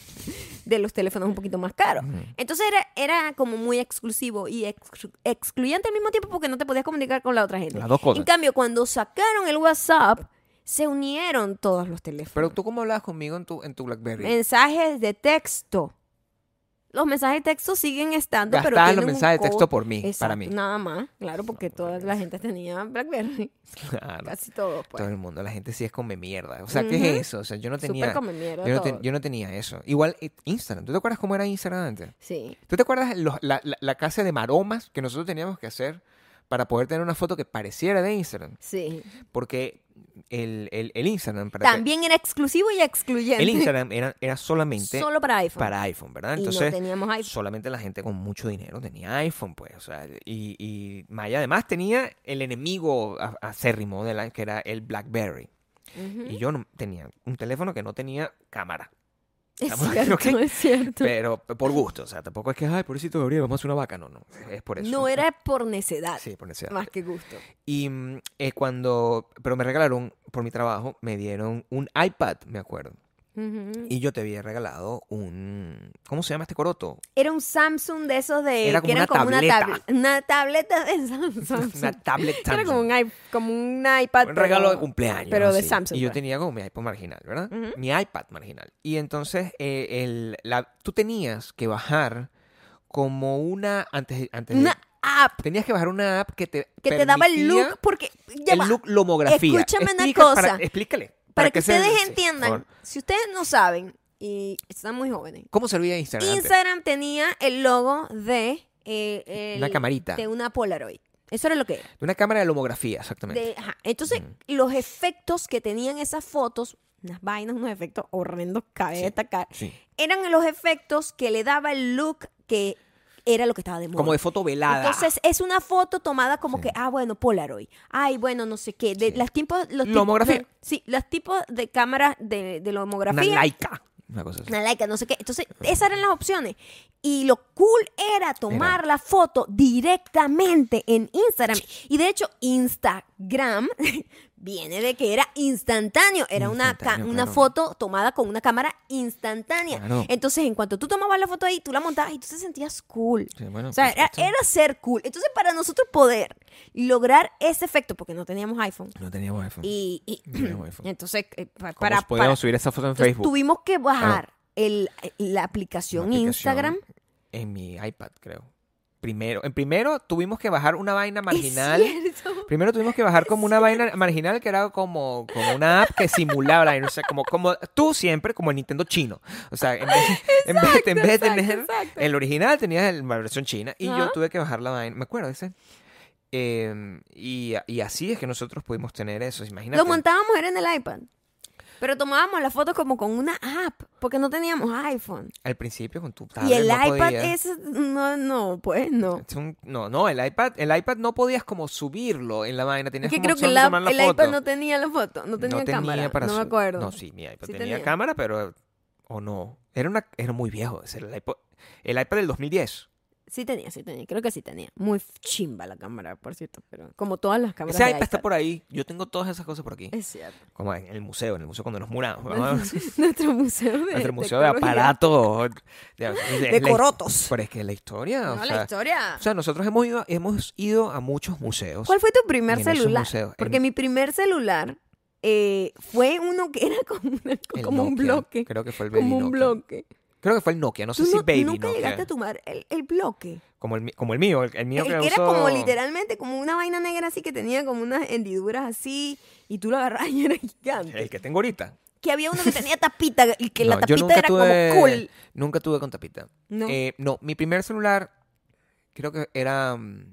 de los teléfonos un poquito más caros. Entonces era como muy exclusivo y excluyente al mismo tiempo porque no te podías comunicar con la otra gente. Las dos cosas. En cambio, cuando sacaron el WhatsApp, se unieron todos los teléfonos. Pero tú, ¿cómo hablabas conmigo en tu BlackBerry? Mensajes de texto. Los mensajes de texto siguen estando, pero Gastabas tienen los un mensajes de texto costo. por mí, Exacto, para mí. nada más, claro, porque toda la gente tenía BlackBerry. Claro. Casi todos, pues. Todo el mundo, la gente sí es come mierda. O sea, ¿qué Ujú. es eso? O sea, yo no tenía... Súper come mierda Yo todo. no tenía eso. Igual Instagram. ¿Tú te acuerdas cómo era Instagram antes? Sí. ¿Tú te acuerdas la clase de maromas que nosotros teníamos que hacer para poder tener una foto que pareciera de Instagram? Sí. Porque el Instagram... También era exclusivo y excluyente. El Instagram era solamente Solo para iPhone. para iPhone, ¿verdad? Y Entonces, no teníamos iPhone. solamente la gente con mucho dinero tenía iPhone, pues. O sea, y Maya además tenía el enemigo acérrimo que era el BlackBerry. Ujú. Y yo no, tenía un teléfono que no tenía cámara. Es Estamos- cierto, creo que- es cierto. Pero por gusto, o sea, tampoco es que, ay, pobrecito Gabriel, vamos a hacer una vaca. No, es por eso. No era por necedad, Sí, por necesidad. más que gusto. Y pero me regalaron, por mi trabajo, me dieron un iPad, me acuerdo. Ujú. Y yo te había regalado ¿cómo se llama este coroto? Era un Samsung de esos de... Era como que eran una como tableta. una tableta de Samsung. Una tablet Era como Samsung. como un iPad. Un regalo pero- de cumpleaños. Pero de así. Samsung. Y yo pues. tenía como mi iPod marginal, ¿verdad? Ujú. Mi iPad marginal. Y entonces tú tenías que bajar como antes Una app tenías que bajar una app que te que te daba el permitía look, porque... ya el va. look lomografía. Escúchame una Explica- cosa. Explícale. Para que se- ustedes sí, por entiendan, favor. si ustedes no saben y están muy jóvenes, ¿Cómo servía Instagram antes? Instagram tenía el logo de... Una camarita. De una Polaroid. Eso era lo que era. De una cámara de lomografía, exactamente. Ajá. Entonces, los efectos que tenían esas fotos, unas vainas, unos efectos horrendos, cabe Sí. destacar, Sí. eran los efectos que le daba el look que era lo que estaba de moda. Como de foto velada. Entonces, es una foto tomada como Sí. que, bueno, Polaroid. Ay, bueno, no sé qué. De Sí. los tipos Lomografía. sí, los tipos de cámaras de una lomografía. Leica. Una cosa así. Una Leica, no sé qué. Entonces, esas eran las opciones. Y lo cool era tomar la foto directamente en Instagram. Y de hecho, Instagram viene de que era instantáneo. Era Instantáneo, una claro. foto tomada con una cámara instantánea. Claro. Entonces, en cuanto tú tomabas la foto ahí, tú la montabas y tú te sentías cool. Sí, bueno, O sea, por supuesto. era ser cool. Entonces, para nosotros poder lograr ese efecto, porque no teníamos iPhone, No teníamos iPhone. y No teníamos iPhone. entonces, ¿Cómo para podíamos subir esa foto en entonces, Facebook? tuvimos que bajar la aplicación Una aplicación Instagram. En mi iPad, creo. Primero tuvimos que bajar una vaina marginal. Es cierto. Primero tuvimos que bajar como una vaina marginal que era como una app que simulaba la vaina. O sea, como tú siempre, como el Nintendo chino. O sea, en vez de tener exacto. el original, tenías la versión china. Y Ajá. yo tuve que bajar la vaina. Me acuerdo de ese. Y así es que nosotros pudimos tener eso. Imagínate. Lo montábamos era en el iPad. Pero tomábamos la foto como con una app, porque no teníamos iPhone. Al principio con tu Y tablet el no iPad podías. pues no. No, el iPad no podías como subirlo en la vaina. Tenías Que como creo que opción de tomar la el foto. iPad no tenía la foto, no tenía cámara. para No me su- acuerdo. No, sí, mi iPad Sí tenía tenía. cámara, pero... O no. Era muy viejo. Ese era el iPad del 2010. Sí tenía, creo que sí tenía. Muy chimba la cámara, por cierto, pero como todas las cámaras Ese de iPad está por ahí. Yo tengo todas esas cosas por aquí. Es cierto. Como en el museo cuando nos muramos. Nuestro museo de Nuestro museo de tecnología. aparatos. De corotos. Pero es que la historia... No, o la sea, historia. O sea, nosotros hemos ido a muchos museos. ¿Cuál fue tu primer en esos celular? museos, Porque mi primer celular fue uno que era El como un Nokia. bloque. Creo que fue el Baby Como un Nokia. bloque. Creo que fue el Nokia. No sé ¿Tú si Baby nunca Nokia. llegaste a tomar el bloque? Como el mío. El mío que Que era usó- como literalmente como una vaina negra así que tenía como unas hendiduras así y tú lo agarrabas y era gigante. El que tengo ahorita. Que había uno que tenía tapita y que la No, yo tapita nunca era tuve, como cool. Nunca tuve con tapita. No. No, mi primer celular creo que era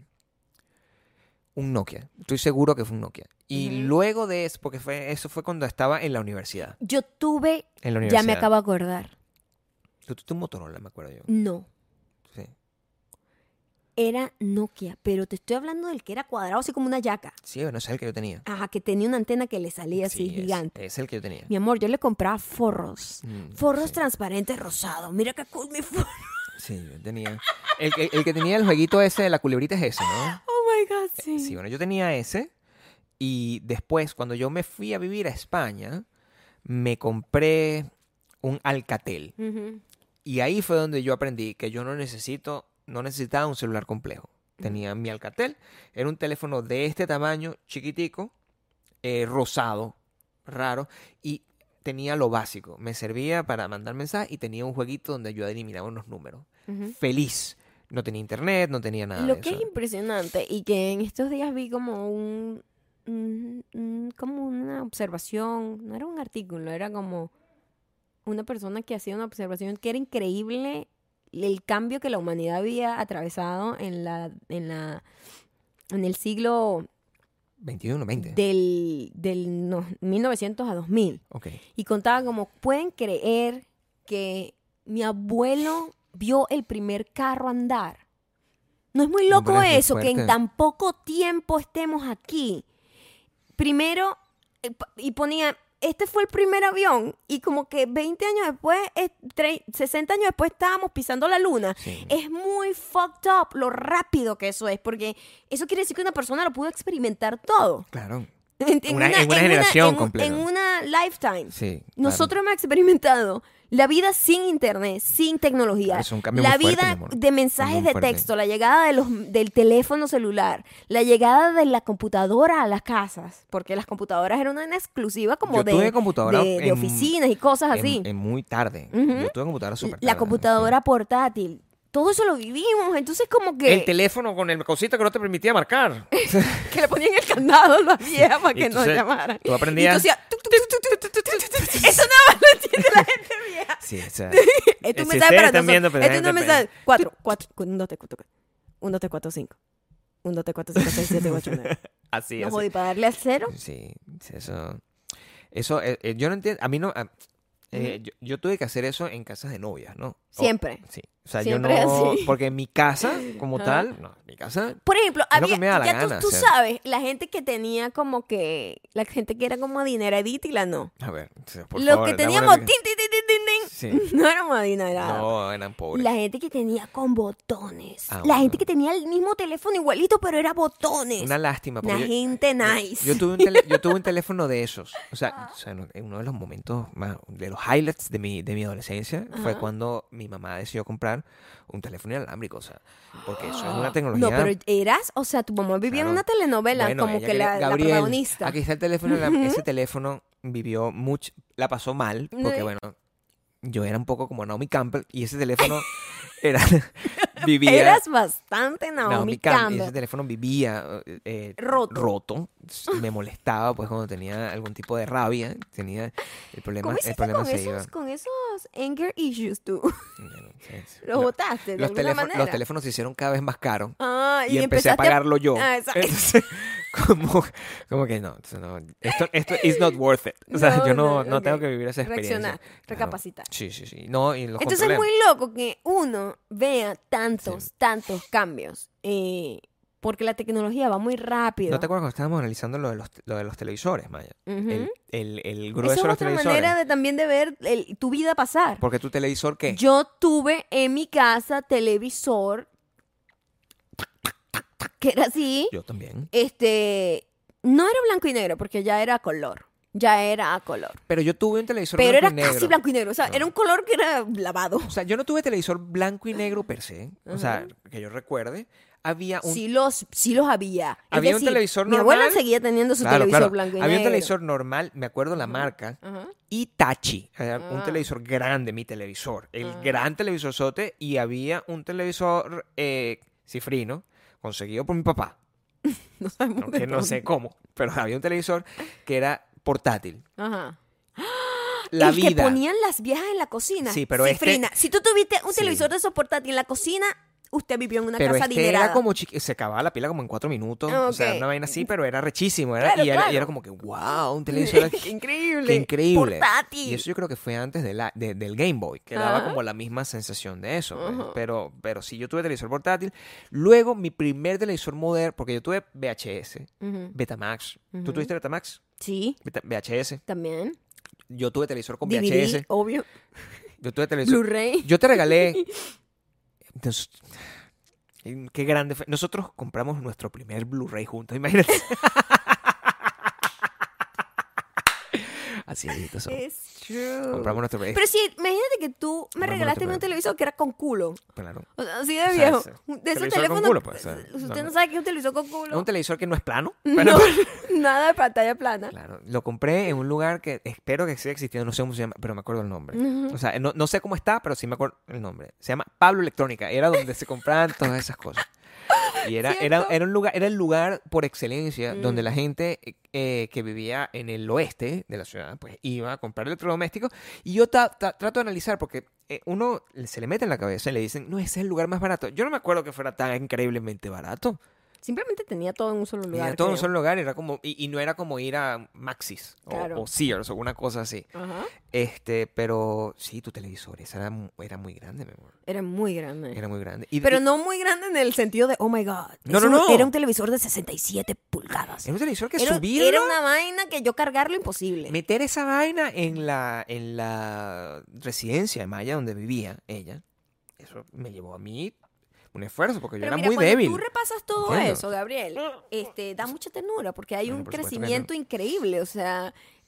un Nokia. Estoy seguro que fue un Nokia. Y Ujú. luego de eso, porque eso fue cuando estaba en la universidad. Yo tuve, En la ya universidad. me acabo de acordar. Tú tuviste un Motorola, me acuerdo yo. No, Sí. era Nokia, pero te estoy hablando del que era cuadrado así como una yaca. Sí, bueno, ese es el que yo tenía. Ajá, que tenía una antena que le salía así Sí, gigante. Es el que yo tenía. Mi amor, yo le compraba forros. Forros sí. transparentes rosados. Mira qué cool mi forro. Sí, yo tenía. El que tenía el jueguito ese de la culebrita es ese, ¿no? Oh my God, sí. Sí, bueno, yo tenía ese. Y después, cuando yo me fui a vivir a España, me compré un Alcatel. Ujú. Y ahí fue donde yo aprendí que yo no necesitaba un celular complejo. Tenía mi Alcatel, era un teléfono de este tamaño, chiquitico, rosado, raro, y tenía lo básico. Me servía para mandar mensajes y tenía un jueguito donde yo eliminaba unos números. Ujú. Feliz. No tenía internet, no tenía nada Lo de que eso. es impresionante y que en estos días vi como como una observación, no era un artículo, era como una persona que hacía una observación que era increíble el cambio que la humanidad había atravesado en el siglo 21, 20. del 1900 a 2000. Ok. Y contaba como, ¿pueden creer que mi abuelo vio el primer carro andar? ¿No es muy loco Hombre, es muy eso, que en fuerte. tan poco tiempo estemos aquí? Primero, y ponía, este fue el primer avión, y como que 20 años después, 60 años después estábamos pisando la luna. Sí. Es muy fucked up lo rápido que eso es, porque eso quiere decir que una persona lo pudo experimentar todo. Claro. En En una generación completa. En una lifetime. Sí. Nosotros hemos experimentado la vida sin internet, sin tecnología, Es un cambio la muy fuerte, vida mi amor. de mensajes Muy de fuerte. texto, la llegada del teléfono celular, la llegada de la computadora a las casas, porque las computadoras eran una exclusiva como Yo tuve computadora de en- oficinas y cosas así. En muy tarde. Ujú. Yo tuve computadora súper tarde. La computadora portátil, todo eso lo vivimos, entonces como Sí. que, El teléfono con el cosito que no te permitía marcar. que le ponían el candado a las viejas para Y que nos entonces, llamaran. tú aprendías- Y tú hacías, tuc, tuc, tuc, tuc, tuc, tuc, tuc, tuc. Eso nada más lo entiende la gente vieja. Sí, o sea. Es un si mensaje ustedes para están viendo, nosotros. pero Este es la un gente- mensaje. 4, 1, 2, 3, 4, 1, 2, 3, 4, 5. 1, 2, 3, 4, 5, 6, 7, 8, 9. Así, No así. jodí para darle al cero. Sí, eso yo no entiendo, a mí no, yo tuve que hacer eso en casas de novias, ¿no? Siempre. Sí, o sea, Siempre yo no, así. porque en mi casa como Ajá. tal, no, mi casa, Por ejemplo, Es lo que me da la ya gana tú hacer. sabes, la gente que tenía como que, la gente que era como adineradita y la no. a ver, o sea, por Los favor, que dame teníamos una- tin, tin, tin, tin, tin, tin, Sí, no éramos adinerados. no, eran pobres. La gente que tenía con botones. Ah, La bueno. gente que tenía el mismo teléfono igualito, pero era botones. Una lástima, Una porque gente nice. yo tuve un teléfono de esos. O sea, en uno de los momentos más, de los highlights de mi adolescencia fue Ajá. cuando mi mamá decidió comprar un teléfono inalámbrico. O sea, porque eso es una No, tecnología. pero eras, o sea, tu mamá vivía en Claro. una telenovela, Bueno, como ella que quería- la Gabriel, protagonista. Aquí está el teléfono. Ese teléfono vivió mucho, la pasó mal, porque No. bueno, yo era un poco como Naomi Campbell y ese teléfono era vivía Eras bastante Naomi y Campbell. ese teléfono vivía Roto. Me molestaba pues cuando tenía algún tipo de rabia, tenía el problema, ¿Cómo el hiciste problema con se iba. con esos anger issues tú? Bueno, sí. ¿Los botaste de Los alguna manera? los teléfonos se hicieron cada vez más caros. Ah, Y empecé a empezaste pagarlo yo. Ah, exacto. Entonces, como que no, esto is not worth it. O sea, No, yo no ok. tengo que vivir esa experiencia. Reaccionar, Claro. recapacitar. Sí, sí, sí. No, y los Entonces es controlé. muy loco que uno vea tantos cambios. Porque la tecnología va muy rápido. ¿No te acuerdas cuando estábamos analizando lo de los televisores, Maya? Ujú. El Esa grueso es de los otra televisores. manera de también de ver tu vida pasar. Porque tu televisor, ¿qué? Yo tuve en mi casa televisor que era así. Yo también. No era blanco y negro porque ya era a color. Ya era a color. Pero yo tuve un televisor Pero blanco era y negro. casi blanco y negro. O sea, No. era un color que era lavado. O sea, yo no tuve televisor blanco y negro per se. O sea, que yo recuerde. Había un... Sí los había. Es Había un decir, televisor mi abuela normal. seguía teniendo su Claro, televisor claro. blanco y Había un negro. televisor normal, me acuerdo la marca, Ajá. Itachi. Un Ah. televisor grande, mi televisor. El Ah. gran televisor sote. Y había un televisor cifrino, conseguido por mi papá. No sabemos de Aunque no dónde. sé cómo. Pero había un televisor que era portátil. Ajá. La el vida. que ponían las viejas en la cocina. Sí, pero Cifrina. Si tú tuviste un Sí. televisor de esos portátil en la cocina, usted vivió en una Pero casa este adinerada. era como se acababa la pila como en 4 minutos. O sea, Ok. una vaina así, pero era rechísimo. Claro, y era claro. como que, wow, un televisor. ¡Qué increíble! Qué increíble. Portátil. Y eso yo creo que fue antes del Game Boy, que daba Ajá. como la misma sensación de eso. Pues. Ajá. Pero sí, yo tuve televisor portátil. Luego, mi primer televisor moderno, porque yo tuve VHS, Ujú. Betamax. ¿Tú Ujú. tuviste Betamax? Sí, VHS. también. Yo tuve televisor con DVD, VHS. obvio. Yo tuve televisor. Blu-ray. Yo te regalé. Entonces, qué grande fue. Nosotros compramos nuestro primer Blu-ray juntos, imagínate. televisorcito. Es true. Compramos nuestro... Pero sí, imagínate que tú me regalaste un televisor que era con culo. Claro. O sea, así de O sea, viejo. ese De esos televisor con teléfonos. culo, pues, o sea, usted no. no sabe que es un televisor con Es culo. un televisor que no es plano. No, Pero, nada de pantalla plana. claro, lo compré en un lugar que espero que siga existiendo, no sé cómo se llama, pero me acuerdo el nombre. O sea, no sé cómo está, pero sí me acuerdo el nombre. Se llama Pablo Electrónica, era donde se compraban todas esas cosas. Y era un lugar, era el lugar por excelencia donde la gente que vivía en el oeste de la ciudad, pues iba a comprar electrodomésticos. Y yo trato de analizar, porque uno se le mete en la cabeza y le dicen, no, ese es el lugar más barato. Yo no me acuerdo que fuera tan increíblemente barato. Simplemente tenía todo en un solo lugar. Era todo en un creo. solo lugar, era como, y no era como ir a Maxis Claro. o Sears o una cosa así. Ajá. Pero sí, tu televisor, esa era muy grande, mi amor. Era muy grande. Era muy grande. Y, Pero y- no muy grande en el sentido de, oh my God. No, Eso no. Era un televisor de 67 pulgadas. era un televisor que Era, subirlo, era una vaina que yo cargarlo imposible. meter esa vaina en la residencia de Maya donde vivía ella, eso me llevó a mí un esfuerzo porque yo Pero era mira, muy cuando débil. tú repasas todo Entiendo. eso, Gabriel, da mucha ternura porque hay Bueno, un por supuesto que crecimiento increíble, o sea,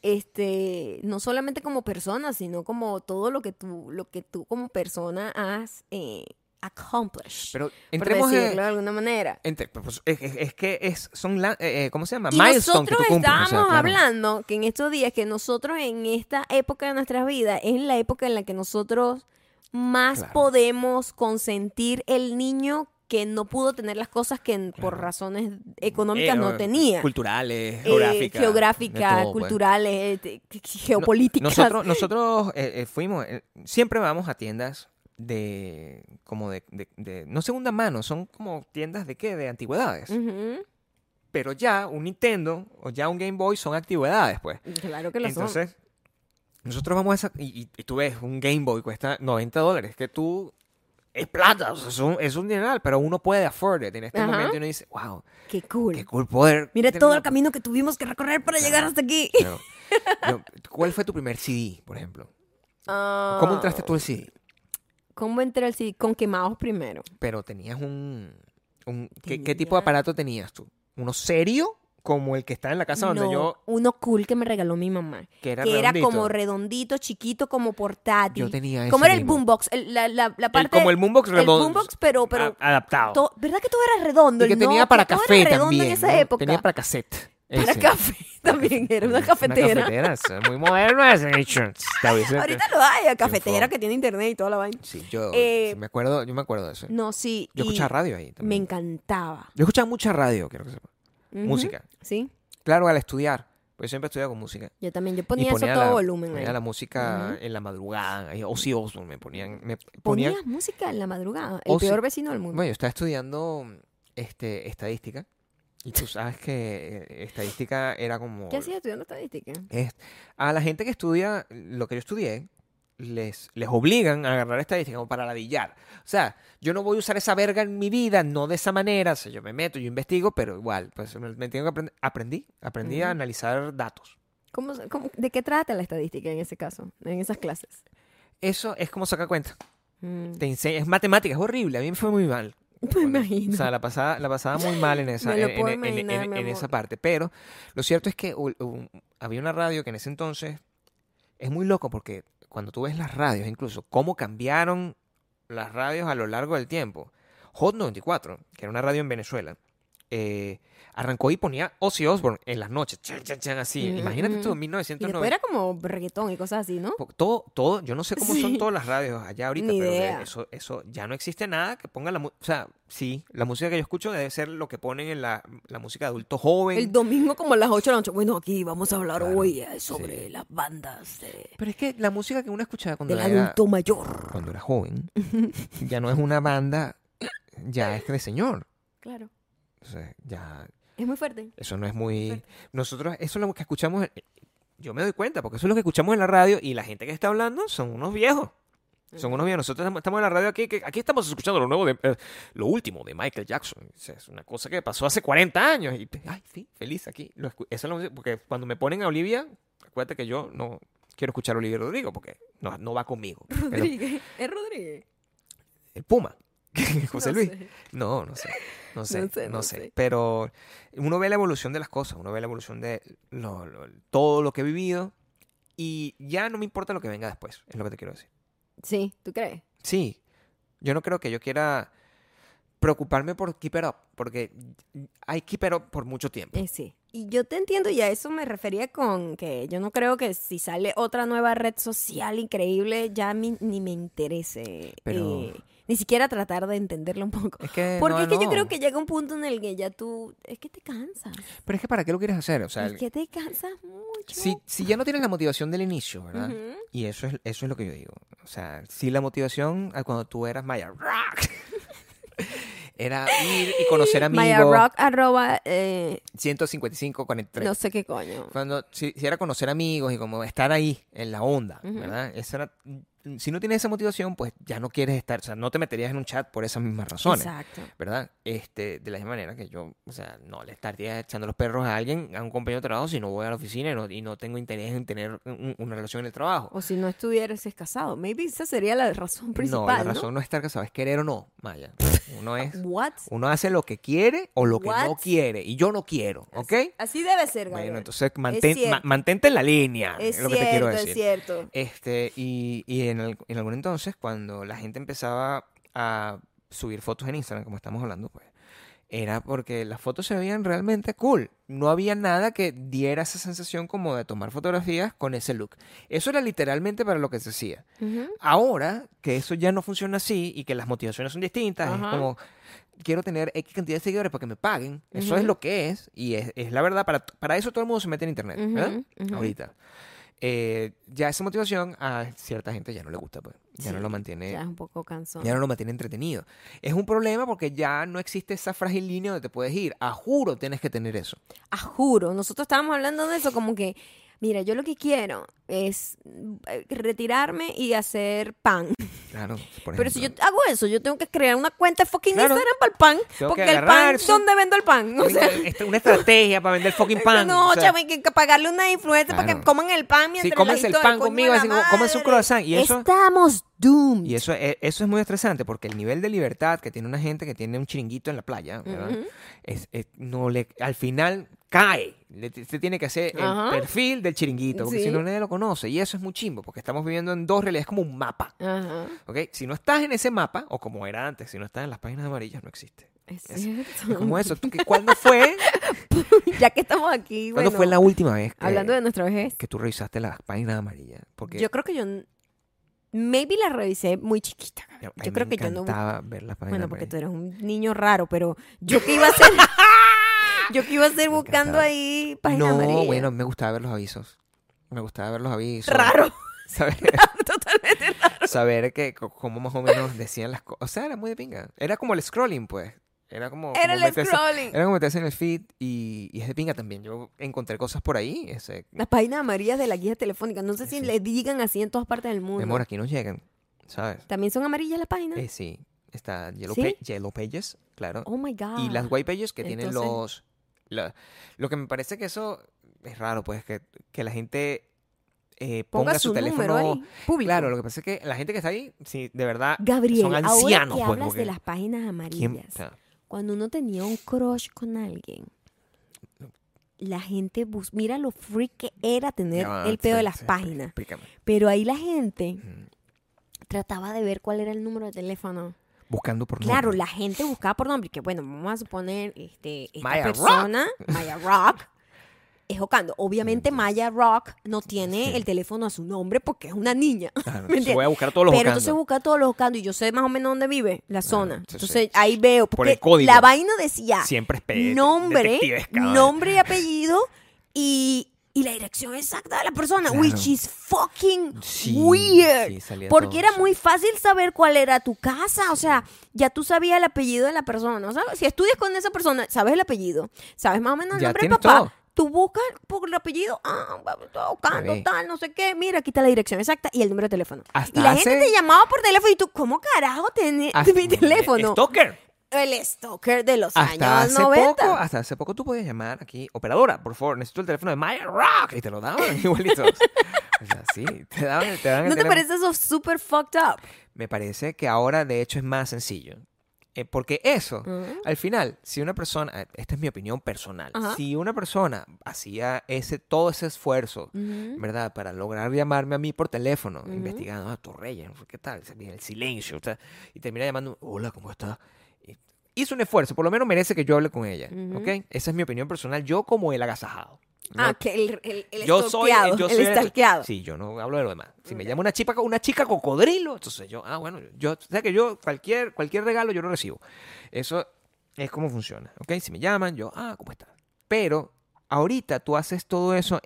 no solamente como persona, sino como todo lo que tú como persona has accomplished, Pero por entremos decirlo de alguna manera. pues, es que son ¿cómo se llama? Y Milestones nosotros que tú cumples. estábamos O sea, claro. hablando que en estos días, que nosotros en esta época de nuestras vidas, es la época en la que nosotros más Claro. podemos consentir el niño que no pudo tener las cosas que por Claro. razones económicas no tenía. Culturales, Geográficas, de todo, pues. culturales, geopolíticas. Nosotros fuimos, siempre vamos a tiendas como de no segunda mano, son como tiendas de ¿qué? De antigüedades. Ujú. Pero ya un Nintendo o ya un Game Boy son antigüedades, pues. Claro que lo son. Entonces, nosotros vamos a esa, y tú ves, un Game Boy cuesta $90, que tú, es plata, o sea, es un dineral, pero uno puede afford it en este Ajá. momento y uno dice, wow, Qué cool. qué cool poder. Mira tener todo una- el camino que tuvimos que recorrer para llegar hasta aquí. Claro. ¿Cuál fue tu primer CD, por ejemplo? ¿Cómo entraste tú al CD? ¿Cómo entré al CD? Con quemados primero. Pero tenías ¿qué Tenía- tipo de aparato tenías tú? ¿Uno serio? Como el que está en la casa donde No, yo, uno cool que me regaló mi mamá. que era Que era redondito. como redondito, chiquito, como portátil. Yo tenía ese ¿Cómo era el mismo. boombox? La parte... Como el boombox redondo. El boombox, pero adaptado. ¿verdad que todo era redondo? Y que No, tenía para que todo café era redondo también. en esa ¿no? época. Tenía para cassette. Para ese. café también, era una cafetera. Una cafetera, eso es muy moderno ese. Ahorita lo hay, a cafetera Triunfó. que tiene internet y toda la vaina. Sí, Eh, sí me acuerdo de eso. No, sí. Yo y escuchaba radio ahí me también. encantaba. Yo escuchaba mucha radio, quiero que sepa. Ujú, Música. Sí, Claro, al estudiar. Pues yo siempre estudiaba con música. yo también. Yo Y ponía eso a todo volumen. Ponía ahí. la música Ujú. en la madrugada. Ozzy Osbourne me ponían. ¿Ponías música en la madrugada? El Ozzy- peor vecino del mundo. Bueno, yo estaba estudiando estadística. Y tú sabes que estadística era como... ¿Qué hacías estudiando estadística? A la gente que estudia lo que yo estudié, les obligan a agarrar estadística como para ladillar. O sea, yo no voy a usar esa verga en mi vida, no de esa manera. O sea, yo me meto, yo investigo, pero igual, pues me tengo que aprender. Aprendí a Ujú. analizar datos. ¿De qué trata la estadística en ese caso, en esas clases? Eso es como sacar cuenta. Mm, Te enseña, es matemática, es horrible. A mí me fue muy mal. Me imagino. O sea, la pasaba muy mal en esa, Me lo en, puedo en- en- imaginar, en- mi en amor. esa parte. Pero lo cierto es que había una radio que en ese entonces es muy loco porque cuando tú ves las radios, incluso cómo cambiaron las radios a lo largo del tiempo. Hot 94, que era una radio en Venezuela, arrancó y ponía Ozzy Osbourne en las noches. Chan, chan, chan, así. Ujú, Imagínate tú, ujú. en Y después 1990. era como reggaetón y cosas así, ¿no? Todo, yo no sé cómo son Sí. todas las radios allá ahorita, Ni pero idea. eso ya no existe nada que ponga o sea, sí, la música que yo escucho debe ser lo que ponen en la música de adulto joven. El domingo como a las 8 de la noche. Bueno, aquí vamos a hablar Claro, hoy sobre sí. las bandas Pero es que la música que uno escuchaba cuando del era, adulto mayor. cuando era joven, ya no es una banda, ya es de señor. Claro. O sea, ya, Es muy fuerte. eso no es muy... Nosotros, eso es lo que escuchamos, yo me doy cuenta, porque eso es lo que escuchamos en la radio y la gente que está hablando son unos viejos. Son unos viejos. Nosotros estamos en la radio aquí, que aquí estamos escuchando lo nuevo lo último de Michael Jackson. O sea, es una cosa que pasó hace 40 años. Y, ay, sí, feliz aquí. Esa es la música, porque cuando me ponen a Olivia, acuérdate que yo no quiero escuchar a Olivia Rodrigo, porque no va conmigo. Rodríguez. ¿Es Rodríguez? El Puma. José No Luis. sé. No sé. No sé. Pero uno ve la evolución de las cosas, uno ve la evolución de todo lo que he vivido Y ya no me importa lo que venga después, es lo que te quiero decir. Sí, ¿tú crees? Sí, yo no creo que yo quiera preocuparme por Keep It Up, porque hay Keep It Up por mucho tiempo. Sí. Y yo te entiendo, y a eso me refería con que yo no creo que si sale otra nueva red social increíble, ya ni me interese. Pero- Ni siquiera tratar de entenderla un poco. Es que Porque no, es que yo no. creo que llega un punto en el que ya tú... Es que te cansas. Pero es que ¿para qué lo quieres hacer? O sea, Es que te cansas mucho. si ya no tienes la motivación del inicio, ¿verdad? Ujú. Y eso es lo que yo digo. O sea, si la motivación cuando tú eras Maya Rock era ir y conocer amigos. Mayarock @ 155-43. no sé qué coño. Si era conocer amigos y como estar ahí en la onda, ¿verdad? Eso era, si no tienes esa motivación, pues ya no quieres estar, o sea, no te meterías en un chat por esas mismas razones, Exacto. ¿verdad? De la misma manera que yo, o sea, no le estaría echando los perros a alguien, a un compañero de trabajo, si no voy a la oficina y no tengo interés en tener una relación en el trabajo. O si no estuvieras casado. Maybe esa sería la razón principal, No, la razón no es estar casado, es querer o no, Maya. What? Uno hace lo que quiere o lo que no What? quiere, y yo no quiero, ¿ok? Así debe ser, Gabriel. Bueno, entonces cierto. mantente en la línea, Es es lo que te quiero cierto, decir. es cierto. Y en algún entonces, cuando la gente empezaba a subir fotos en Instagram, como estamos hablando, pues, era porque las fotos se veían realmente cool. No había nada que diera esa sensación como de tomar fotografías con ese look. Eso era literalmente para lo que se hacía. Ujú. Ahora que eso ya no funciona así y que las motivaciones son distintas, Ajá. es como, quiero tener X cantidad de seguidores para que me paguen. Eso Ujú. es lo que es. Y es la verdad, para eso todo el mundo se mete en internet, ¿verdad? Ujú, ujú. Ahorita. Ya esa motivación a cierta gente ya no le gusta, pues. Ya no lo mantiene. Ya es un poco cansón. Ya no lo mantiene entretenido. Es un problema porque ya no existe esa frágil línea donde te puedes ir. A juro tienes que tener eso. Juro, nosotros estábamos hablando de eso como que, mira, yo lo que quiero es retirarme y hacer pan. Claro, por Pero si yo ejemplo. hago eso, yo tengo que crear una cuenta de fucking Claro. Instagram para el pan. Tengo que Porque el pan, agarrarse. ¿dónde vendo el pan? O sea, Una estrategia para vender fucking pan. no, o sea, chavo, hay que pagarle una influencer para Claro. que coman el pan mientras Sí, cómense el la pan conmigo, así como, cómense un croissant. Y eso, Estamos doomed. y eso es muy estresante porque el nivel de libertad que tiene una gente que tiene un chiringuito en la playa, ¿verdad? Ujú. Al final cae. Se tiene que hacer Ajá. el perfil del chiringuito, porque Sí. si no nadie lo conoce. Y eso es muy chimbo, porque estamos viviendo en dos realidades, es como un mapa. Ajá. ¿Ok? Si no estás en ese mapa, o como era antes, si no estás en las páginas amarillas, no existe. Es Es cierto. como eso. ¿Cuándo fue? Ya que estamos aquí, ¿Cuándo bueno, fue la última vez hablando de nuestra vejez, que tú revisaste las páginas amarillas? Porque yo creo que maybe la revisé muy chiquita. a mí Yo creo me que yo no. encantaba ver las páginas Bueno, porque tú amarillas. eres un niño raro, pero yo que iba a hacer. Yo que iba a hacer Me buscando encantaba. ahí páginas No, amarillas. bueno, me gustaba ver los avisos. Me gustaba ver los avisos. Raro. Saber, Totalmente raro. saber cómo más o menos decían las cosas. O sea, era muy de pinga. Era como el scrolling, pues. Era como Era el meterse- scrolling. Era como meterse en el feed y es de pinga también. Yo encontré cosas por ahí. Las páginas amarillas de la guía telefónica. No sé si Sí. le digan así en todas partes del Mi mundo. amor, aquí nos llegan, ¿sabes? ¿También son amarillas las páginas? Sí. Está ¿Sí? Yellow Pages, claro. Oh my God. Y las White Pages que tienen Entonces- lo que me parece que eso es raro, pues, que la gente Ponga ponga su su teléfono. número ahí, público. Claro, lo que pasa es que la gente que está ahí, sí, de verdad, Gabriel, son ahora ancianos. que pues, hablas porque- de las páginas ¿quién? amarillas, O sea, cuando uno tenía un crush con alguien, la gente mira lo freak que era tener ya va, el pedo de sí, las sí, páginas. Explícame. Pero ahí la gente Mm. trataba de ver cuál era el número de teléfono. Buscando por Claro, nombre. la gente buscaba por nombre. Que bueno, vamos a suponer esta Maya persona, Maya Rock, es jocando. Obviamente Maya Rock no tiene Sí. el teléfono a su nombre porque es una niña. Claro, ¿Me entonces entiendes? voy a buscar a todos los Pero buscando. entonces busca todos los buscando y yo sé más o menos dónde vive, la zona. sí, Entonces sí. ahí veo, Por porque el código. la vaina decía Siempre nombre, detectives, cabrón. nombre y apellido y la dirección exacta de la persona, Claro. which is fucking Sí, weird. sí, salía Porque todo era eso. muy fácil saber cuál era tu casa, o sea, ya tú sabías el apellido de la persona, ¿sabes? Si estudias con esa persona, sabes el apellido, sabes más o menos el Ya nombre del tienes papá. todo. Tú buscas por el apellido, estoy buscando Bebé. tal, no sé qué, mira, aquí está la dirección exacta y el número de teléfono. Hasta Y la hace- gente te llamaba por teléfono y tú, ¿cómo carajo tenés mi teléfono? Stalker. El stalker de los Hasta años hace 90. hasta hace poco tú podías llamar aquí, operadora, por favor, necesito el teléfono de Maya Rock. Y te lo daban igualitos. O sea, sí, te daban el ¿No te teléfono. parece eso super fucked up? Me parece que ahora, de hecho, es más sencillo. Porque eso, Ajá. al final, si una persona, esta es mi opinión personal, Ajá. si una persona hacía todo ese esfuerzo, Ujú. ¿verdad? Para lograr llamarme a mí por teléfono, Ujú. investigando, Torreyes, ¿qué tal? El silencio, y termina llamando, hola, ¿cómo estás? Hizo un esfuerzo, por lo menos merece que yo hable con ella, Ujú. ¿ok? Esa es mi opinión personal, yo como el agasajado. Ah, ¿no? que el Yo stalkeado, yo el soy stalkeado. Sí, yo no hablo de lo demás. Si me Ok. llama una chica cocodrilo, entonces yo, bueno, o sea que yo cualquier regalo yo lo recibo. Eso es como funciona, ¿ok? Si me llaman, yo, ¿cómo estás? Pero ahorita tú haces todo eso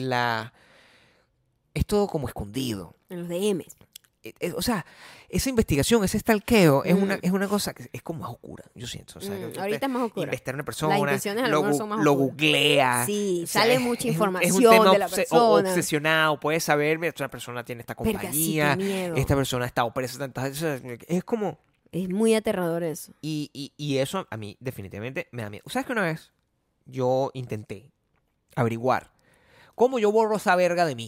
es todo como escondido. En los DMs. O sea, esa investigación, ese stalkeo Mm. es una cosa que es como más oscura, yo siento. O sea, que Ahorita es más oscura. investigar a una Las persona, intenciones a lo mejor son más lo oscuras. googleas. Sí, o sea, sale mucha es información un tema de la persona. obsesionado. Puedes saber, esta persona tiene esta Verga, sí, compañía, qué miedo. esta persona ha estado presa tantas veces. Es como... Es muy aterrador eso. Y eso a mí definitivamente me da miedo. ¿Sabes que una vez yo intenté averiguar cómo yo borro esa verga de mí?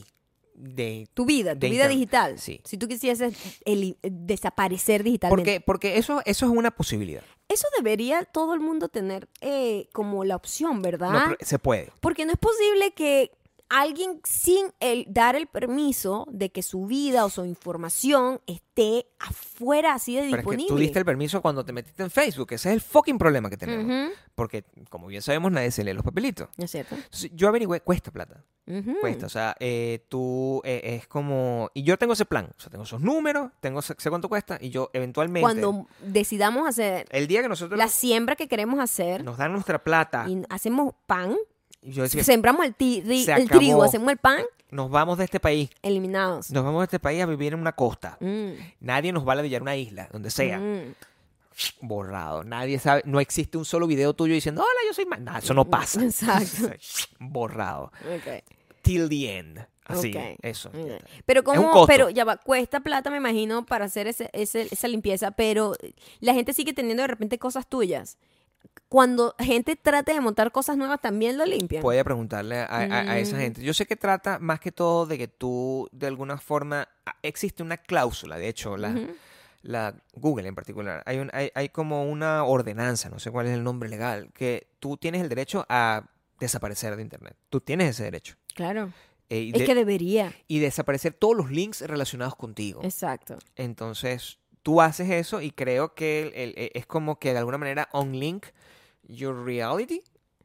Tu vida de vida internet. digital. Sí. Si tú quisieses desaparecer digitalmente. Porque eso es una posibilidad. Eso debería todo el mundo tener como la opción, ¿verdad? No, pero se puede. Porque no es posible que alguien sin dar el permiso de que su vida o su información esté afuera así de Pero es que disponible. tú diste el permiso cuando te metiste en Facebook. Ese es el fucking problema que tenemos. Ujú. Porque, como bien sabemos, nadie se lee los papelitos. ¿No es cierto? Entonces, yo averigüé, cuesta plata. Ujú. Cuesta, o sea, tú es como... Y yo tengo ese plan. O sea, tengo esos números, sé cuánto cuesta. Y yo eventualmente... Cuando decidamos hacer El día que nosotros la siembra que queremos hacer nos dan nuestra plata... y hacemos pan, Y yo decía, sembramos se el acabó. trigo, hacemos el pan, nos vamos de este país. eliminados. Nos vamos de este país a vivir en una costa. Mm. Nadie nos va a ladillar una isla, donde sea. Mm. Borrado. Nadie sabe, no existe un solo video tuyo diciendo, hola, yo soy... Nada, eso no pasa. Exacto. Borrado. Ok. Till the end. Así, Ok. eso. Ok. Pero Es un como, costo. pero ya va, cuesta plata, me imagino, para hacer esa limpieza, pero la gente sigue teniendo de repente cosas tuyas. Cuando gente trate de montar cosas nuevas, también lo limpian. Puede preguntarle a esa Mm. gente. Yo sé que trata más que todo de que tú, de alguna forma, existe una cláusula, de hecho, Ujú. la Google en particular, hay como una ordenanza, no sé cuál es el nombre legal, que tú tienes el derecho a desaparecer de Internet. Tú tienes ese derecho. Claro. Y, Es que debería. y desaparecer todos los links relacionados contigo. Exacto. Entonces, tú haces eso y creo que es como que de alguna manera unlink your reality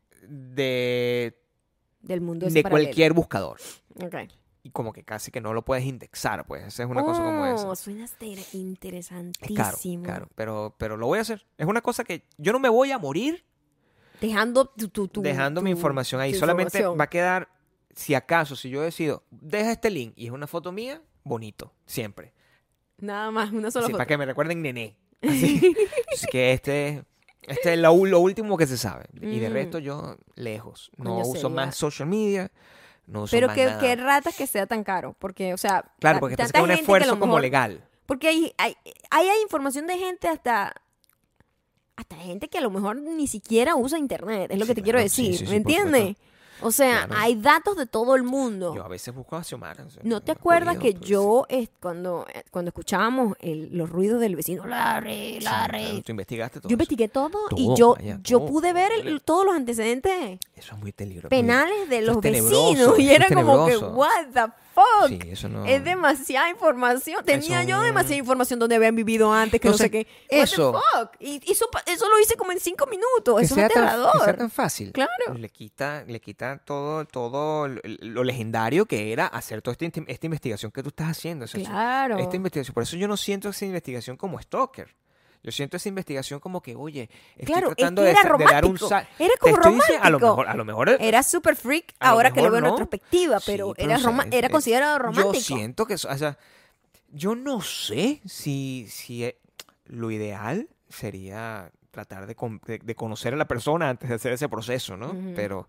de Del mundo ese paralelo. cualquier buscador. Ok. Y como que casi que no lo puedes indexar, pues. Esa es una cosa como esa. Suena Es interesantísimo. caro, pero lo voy a hacer. Es una cosa que yo no me voy a morir Dejando dejando mi información ahí. tu Solamente información. va a quedar, si acaso, si yo decido, deja este link y es una foto mía, bonito, siempre. Nada más, una sola Así, foto. para que me recuerden nené. Así, así que este es lo último que se sabe. Y de Mm. resto yo lejos. No Coño, uso sería- más social media, no uso Pero más qué nada. ratas que sea tan caro. Porque, o sea, Claro, porque estás tanta haciendo un gente que a lo esfuerzo como mejor- legal. Porque hay información de gente hasta gente que a lo mejor ni siquiera usa internet, es lo Sí, que te quiero claro, sí, decir, sí, ¿me sí, por entiendes? O sea, Claro. hay datos de todo el mundo. Yo a veces busco a Xiomara. O sea, ¿No te es acuerdas jodido, que pues. yo, cuando escuchábamos los ruidos del vecino, Larry, Sí, Larry, claro, tú investigaste todo yo eso. investigué todo y Todo, vaya, yo todo, pude ver vale. todos los antecedentes Eso es muy peligroso. penales de eso los es tenebroso, vecinos y eso era es como que, tenebroso. what the fuck. Sí, eso no... Es demasiada información. Tenía yo Eso- demasiada información donde habían vivido antes, que no sé Entonces, qué. What eso- the fuck? Y eso lo hice como en 5 minutos. que Eso es sea tan, que sea aterrador. tan fácil. Claro. Le quita todo lo legendario que era hacer toda esta investigación que tú estás haciendo. O sea, Claro. Esta investigación. Por eso yo no siento esa investigación como stalker. Yo siento esa investigación como que, oye, estoy Claro, es tratando que de, era de dar un romántico. sal. Era Te como estoy diciendo, romántico. a lo mejor Era super freak a lo ahora que lo mejor veo en no. retrospectiva, pero Sí, era, o sea, era considerado romántico. Yo siento que, o sea, yo no sé si lo ideal sería tratar de conocer a la persona antes de hacer ese proceso, ¿no? Ujú. Pero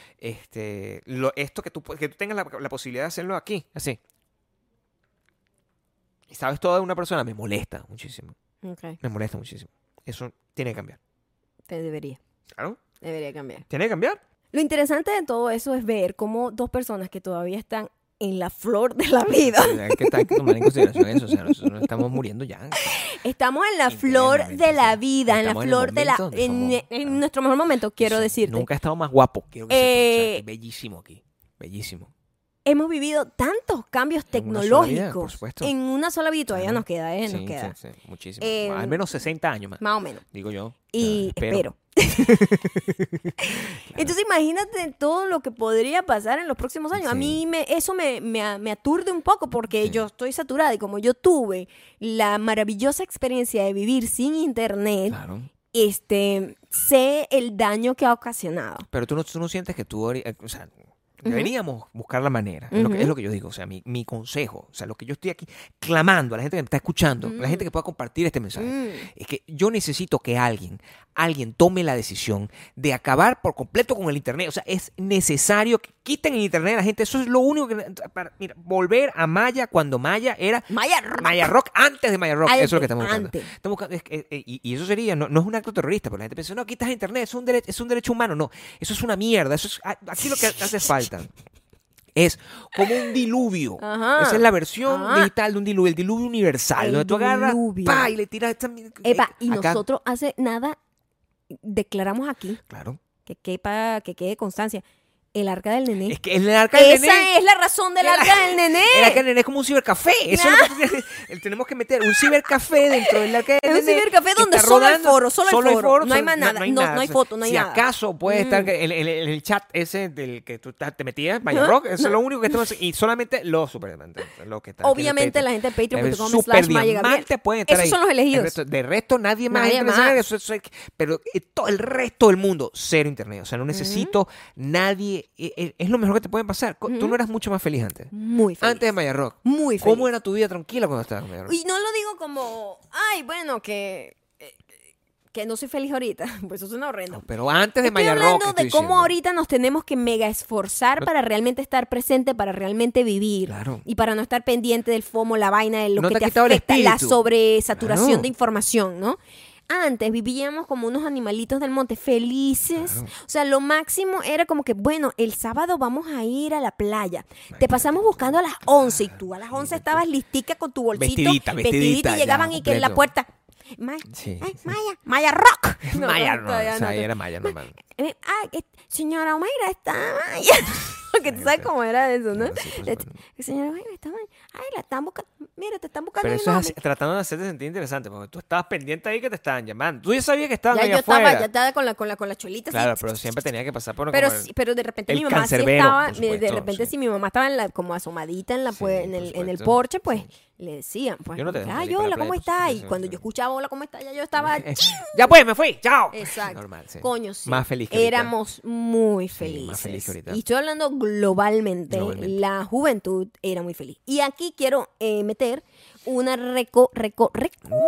esto que tú tengas la posibilidad de hacerlo aquí, así. Y sabes todo de una persona, me molesta muchísimo. Ok, Me molesta muchísimo. Eso tiene que cambiar. debería Claro, cambiar. tiene que cambiar. Lo interesante de todo eso es ver cómo dos personas que todavía están en la flor de la vida. Hay que tomar en consideración eso. O sea, nosotros no estamos muriendo ya. Estamos en la flor de la vida, en la Estamos en el flor de la... momento donde En nuestro mejor momento, quiero Sí, decirte. Nunca he estado más guapo. Quiero que sepas. O sea, bellísimo aquí. Bellísimo. Hemos vivido tantos cambios En una sola vida, tecnológicos por supuesto. en una sola vida. Todavía Claro. nos queda, nos Sí, queda. sí, muchísimo. Eh, Al menos 60 años más. Más o menos. Digo yo. Y O sea, espero. Entonces imagínate todo lo que podría pasar en los próximos años. A Sí. mí eso me aturde un poco porque Sí. yo estoy saturada y como yo tuve la maravillosa experiencia de vivir sin internet, Claro. sé el daño que ha ocasionado. Pero tú no sientes que tú, o sea, deberíamos buscar la manera. Ujú. Es lo que yo digo. O sea, mi consejo, o sea, lo que yo estoy aquí clamando a la gente que me está escuchando, a la gente que pueda compartir este mensaje, es que yo necesito que alguien tome la decisión de acabar por completo con el internet. O sea, es necesario que quiten el internet a la gente. Eso es lo único que... Mira, volver a Maya cuando Maya era... Maya Rock antes de Maya Rock. Eso es lo que estamos buscando. Antes. Estamos buscando y eso sería, no es un acto terrorista, pero la gente piensa, no, quitas internet, es un derecho humano. No, eso es una mierda. Eso es aquí lo que hace falta. Es como un diluvio. Ajá. Esa es la versión Ajá. digital de un diluvio, el diluvio universal, El donde tú agarras diluvio. pa, y le tiras esta... Epa, y acá. nosotros hace nada declaramos aquí Claro. que quede constancia. El arca del nené. Es que el arca del nené... Esa es la razón del arca del nené. El arca del nené es como un cibercafé. Eso es lo que tenemos que meter un cibercafé dentro del arca del Es nené. un cibercafé que donde está solo hay rodando, foro, solo hay foro. No hay más nada, hay no nada. hay foto, no hay si nada. acaso puede estar el chat ese del que tú te metías, Maya Rock, eso es lo único que estamos... Y solamente los superdiamantes, los que están... Obviamente la gente de Patreon.com/MayaGabriel. pueden estar Esos ahí. son los elegidos. De resto, nadie más Nadie entra en más. esa área. Pero todo el resto del mundo, cero internet. O sea, no necesito nadie... Es lo mejor que te puede pasar. Tú no eras mucho más feliz antes. Muy feliz. Antes de Maya Rock. Muy feliz. ¿Cómo era tu vida tranquila cuando estabas en Maya Rock? Y no lo digo como, ay, bueno, que no soy feliz ahorita. Pues eso suena horrendo. No, pero antes de Estoy Maya Rock. hablando de estoy cómo diciendo. ahorita nos tenemos que mega esforzar para realmente estar presente, para realmente vivir. Claro. Y para no estar pendiente del FOMO, la vaina, de lo No que te te ha quitado el afecta, la espíritu. sobresaturación Claro. de información, ¿no? Antes vivíamos como unos animalitos del monte, felices. Claro. O sea, lo máximo era como que, bueno, el sábado vamos a ir a la playa. Te pasamos buscando a las 11 y tú a las 11 estabas listica con tu bolsito. Vestidita, y llegaban ya, y que en la completo. puerta... Sí, Ay, sí. Maya Rock. Maya no, todavía o sea, no. ahí era Maya normal. Señora Omaira está Maya. Porque tú sabes cómo era eso, ¿no? Claro, sí, por supuesto. Señora Omaira está Maya. Ay, la están buscando. Mira, te están buscando. Pero mi eso es mami. así, tratando de hacerte sentir interesante, porque tú estabas pendiente ahí que te estaban llamando. Tú ya sabías que estaban Ya ahí yo afuera. estaba con la cholita Claro, así. pero siempre tenía que pasar por Pero, como el- pero de repente el mi mamá sí cancerbero, estaba, por supuesto, de repente sí. si mi mamá estaba como asomadita en Sí, en por el supuesto. porche, pues Sí. le decían, pues, Yo no te como que, dejo ay, salir para hola, la ¿cómo playa, está? por Y supuesto, cuando sí. yo escuchaba hola, ¿cómo está? Ya yo estaba Ya pues, me fui, chao. Exacto. Normal, sí. Coño, sí. Más feliz que ahorita. Éramos muy Sí, felices. más feliz que ahorita. Y estoy hablando globalmente, Globalmente. la juventud era muy feliz. Y aquí quiero meter una recomendación.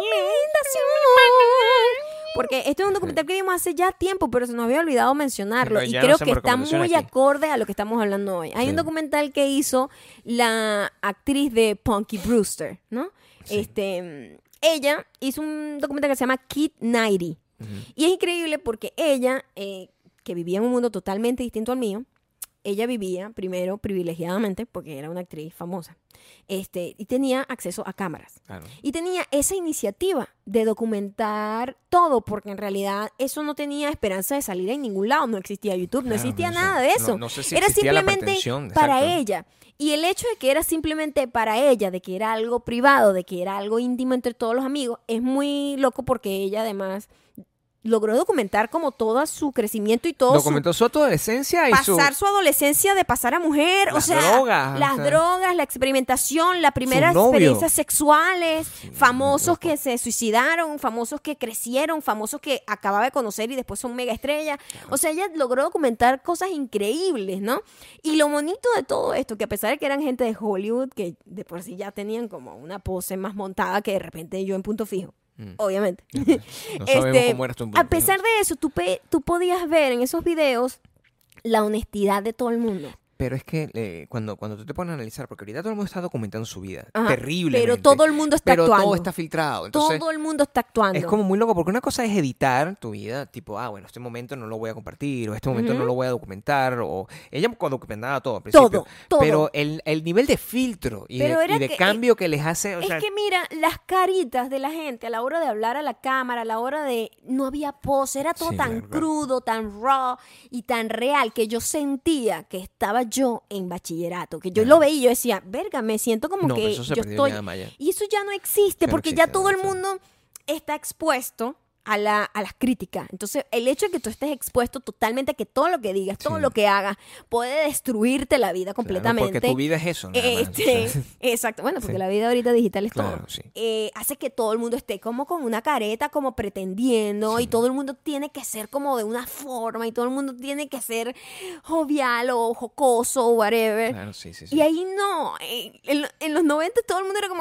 Porque esto es un documental que vimos hace ya tiempo, pero se nos había olvidado mencionarlo. No, Y ya no creo hacemos que está recomendación muy aquí. acorde a lo que estamos hablando hoy. Hay Sí. un documental que hizo la actriz de Punky Brewster, ¿no? Sí. Ella hizo un documental que se llama Kid 90. Y es increíble porque ella, que vivía en un mundo totalmente distinto al mío, ella vivía primero privilegiadamente porque era una actriz famosa, y tenía acceso a cámaras. Claro. Y tenía esa iniciativa de documentar todo, porque en realidad eso no tenía esperanza de salir en ningún lado. No existía YouTube, no Claro, existía no sé. nada de eso. No sé si era existía la simplemente pretensión, para exacto. ella. Y el hecho de que era simplemente para ella, de que era algo privado, de que era algo íntimo entre todos los amigos, es muy loco porque ella además logró documentar como todo su crecimiento y todo Documentó su adolescencia y pasar su adolescencia de pasar a mujer, Las o sea, drogas, las o sea, drogas, la experimentación, las primeras novio. experiencias sexuales, famosos loco. que se suicidaron, famosos que crecieron, famosos que acababa de conocer y después son mega estrellas. O sea, ella logró documentar cosas increíbles, ¿no? Y lo bonito de todo esto, que a pesar de que eran gente de Hollywood, que de por sí ya tenían como una pose más montada que de repente yo en Punto Fijo. Obviamente. No sabemos cómo eras tú en A Punto pesar de eso, tú podías ver en esos videos la honestidad de todo el mundo. Pero es que cuando tú te pones a analizar, porque ahorita todo el mundo está documentando su vida, Ajá, terriblemente. pero todo el mundo está pero actuando. todo está filtrado. Entonces, Todo el mundo está actuando. es como muy loco, porque una cosa es editar tu vida, tipo, bueno, este momento no lo voy a compartir, o este momento no lo voy a documentar, o ella documentaba todo al principio. Todo. Pero el nivel de filtro y Pero era de que, cambio que les hace, o es sea, que mira, las caritas de la gente a la hora de hablar a la cámara, a la hora de... No había pose, era todo Sí, tan claro. crudo, tan raw y tan real que yo sentía que estaba yo en bachillerato. Que yo lo veía y yo decía, verga, me siento como no, que pero eso se yo perdió estoy... ya, Maya. Y eso ya no existe, Ya no porque existe, ya todo el sí. mundo está expuesto a las críticas. Entonces, el hecho de que tú estés expuesto totalmente a que todo lo que digas, todo Sí. lo que hagas, puede destruirte la vida completamente. Claro, porque tu vida es eso, nada más. O sea, Exacto. Bueno, porque Sí. la vida ahorita digital es Claro, todo. sí. Hace que todo el mundo esté como con una careta, como pretendiendo, y todo el mundo tiene que ser como de una forma, y todo el mundo tiene que ser jovial o jocoso o whatever. Claro, sí. Y ahí no. En los 90 todo el mundo era como...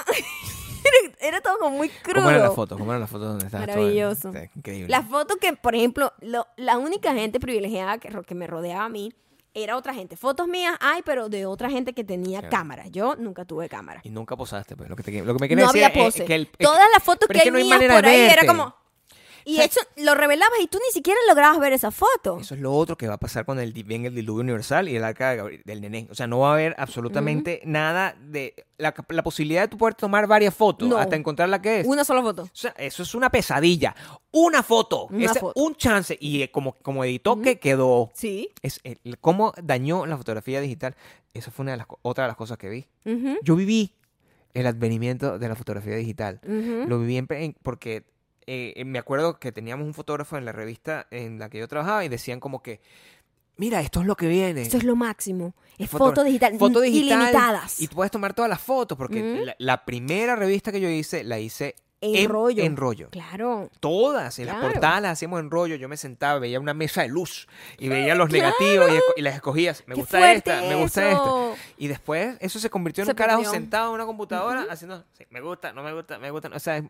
era todo como muy crudo. ¿Cómo eran las fotos? ¿Cómo eran las fotos donde estabas? Maravilloso. Increíble. La foto que, por ejemplo, la única gente privilegiada que me rodeaba a mí era otra gente. Fotos mías hay, pero de otra gente que tenía Claro. cámara. Yo nunca tuve cámara. Y nunca posaste, pues. Lo que me quería No decir había es pose. que Todas las fotos pero que es hay que no hay mías manera por de ahí era verte. como... Y O sea, eso lo revelabas y tú ni siquiera lograbas ver esa foto. Eso es lo otro que va a pasar con venga el diluvio universal y el arca del nené. O sea, no va a haber absolutamente nada de... La posibilidad de tú poder tomar varias fotos No. hasta encontrar la que es. Una sola foto. O sea, eso es una pesadilla. Una foto. Una foto. Un chance. Y como editó que quedó... Sí. Cómo dañó la fotografía digital. Eso fue otra de las cosas que vi. Ujú, Yo viví el advenimiento de la fotografía digital. ujú. Lo viví porque me acuerdo que teníamos un fotógrafo en la revista en la que yo trabajaba y decían como que, mira, esto es lo que viene. Eso es lo máximo. Es Foto- foto digital. Foto digital. Ilimitadas. Y tú puedes tomar todas las fotos porque Ujú. la primera revista que yo hice, la hice En rollo. en rollo. Claro. Todas, en las Claro. portadas las hacíamos en rollo. Yo me sentaba, veía una mesa de luz y veía los negativos y las escogías. Me Qué gusta fuerte esta, me gusta eso. esta. Y después eso se convirtió en Se un carajo perdió. sentado en una computadora haciendo, sí, me gusta, no me gusta, me gusta. O sea,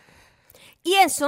Y eso,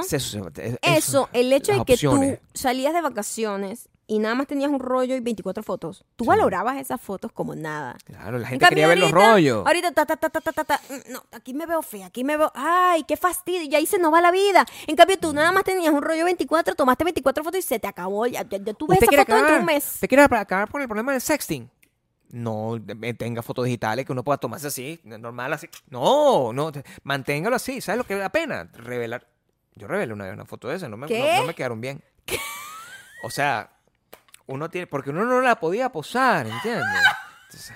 el hecho de las que opciones. tú salías de vacaciones y nada más tenías un rollo y 24 fotos, tú Sí. valorabas esas fotos como nada. Claro, la En gente cambio, quería ver los ahorita- rollos. Ahorita, no, aquí me veo fea, aquí me veo, ay, qué fastidio, ya ahí se nos va la vida. En cambio, tú nada más tenías un rollo 24, tomaste 24 fotos y se te acabó, ya tú ves ¿Usted esa quiere foto dentro de acabar? un mes. ¿Usted quiere acabar con el problema del sexting? No tenga fotos digitales que uno pueda tomarse así, normal así. No, manténgalo así. ¿Sabes lo que da pena? Revelar. Yo revelé una vez una foto de esa, no me quedaron bien. O sea, porque uno no la podía posar, ¿entiendes? Entonces,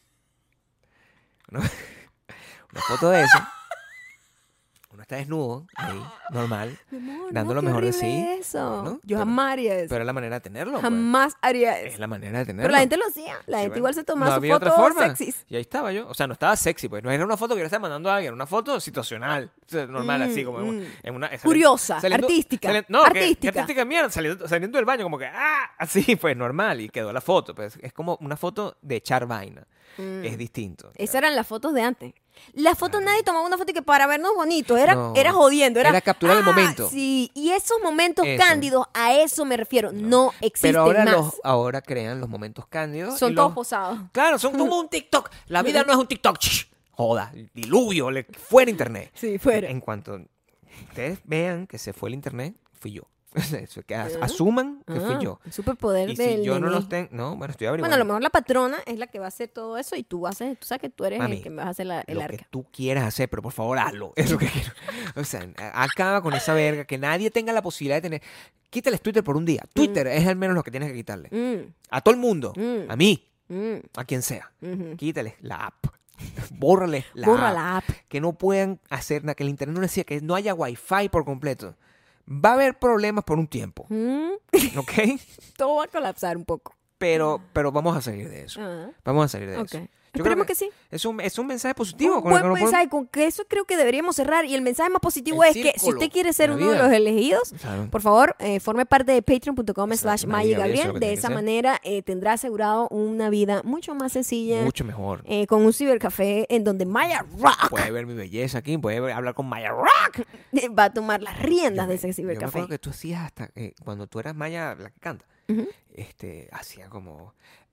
una foto de esa. Uno está desnudo, ahí, normal, Mi amor, dando no, lo qué mejor de horrible sí. eso. ¿no? Yo Pero- jamás haría eso. Pero es la manera de tenerlo. pues. Jamás haría Es eso. la manera de tenerlo. Pero la gente lo hacía. La Sí, gente bueno. igual se tomaba No sus había otra fotos forma. sexys. Y ahí estaba yo. O sea, no estaba sexy, pues. No era una foto que yo estaba mandando a alguien, era una foto situacional. O sea, normal, así como en una... Curiosa, artística, no, artística. Que artística mierda, saliendo del baño, como que, así, pues, normal. Y quedó la foto. Pues, es como una foto de echar vaina. Es distinto. Esas eran las fotos de antes. Las fotos nadie tomaba una foto y que para vernos bonitos. Era, No. era jodiendo. Era capturar el momento. Sí, y esos momentos Eso. cándidos, a eso me refiero. No existen Pero ahora, más. ahora crean los momentos cándidos. Son y todos los- posados. Claro, son como un TikTok. La vida no es un TikTok. Joda, diluvio, fuera internet. Sí, fuera. En cuanto ustedes vean que se fue el internet, fui yo. Eso, que asuman que fui yo. El superpoder Y del si yo no nené. los tengo... No, bueno, estoy Bueno, averiguando. a lo mejor la patrona es la que va a hacer todo eso y tú sabes que tú eres Mami, el que vas a hacer el lo arca. que tú quieras hacer, pero por favor hazlo. Es lo que quiero. O sea, acaba con esa verga, que nadie tenga la posibilidad de tener... Quítales Twitter por un día. Twitter es al menos lo que tienes que quitarle. A todo el mundo. A mí. A quien sea. Quítales la app. Bórrale la Borra app. la app. Que no puedan hacer nada, que el internet no decía que no haya wifi por completo. Va a haber problemas por un tiempo. ¿Ok? Todo va a colapsar un poco. Pero vamos a salir de eso. Ajá. Vamos a salir de Ok. eso. Esperemos que sí. Es un mensaje positivo. Un con el que buen no podemos- mensaje, con que eso creo que deberíamos cerrar. Y el mensaje más positivo El es que si círculo usted quiere ser de la uno de vida. los elegidos, Claro. por favor, forme parte de patreon.com/Maya Exacto, Maya Gabriel, eso es lo Gabriel. que De tiene que esa ser. manera tendrá asegurado una vida mucho más sencilla, Mucho mejor. con un cibercafé en donde Maya Rock Puede ver mi belleza aquí, puede hablar con Maya Rock. va a tomar las riendas de ese Yo me cibercafé. acuerdo que tú hacías hasta cuando tú eras Maya la que canta, hacía como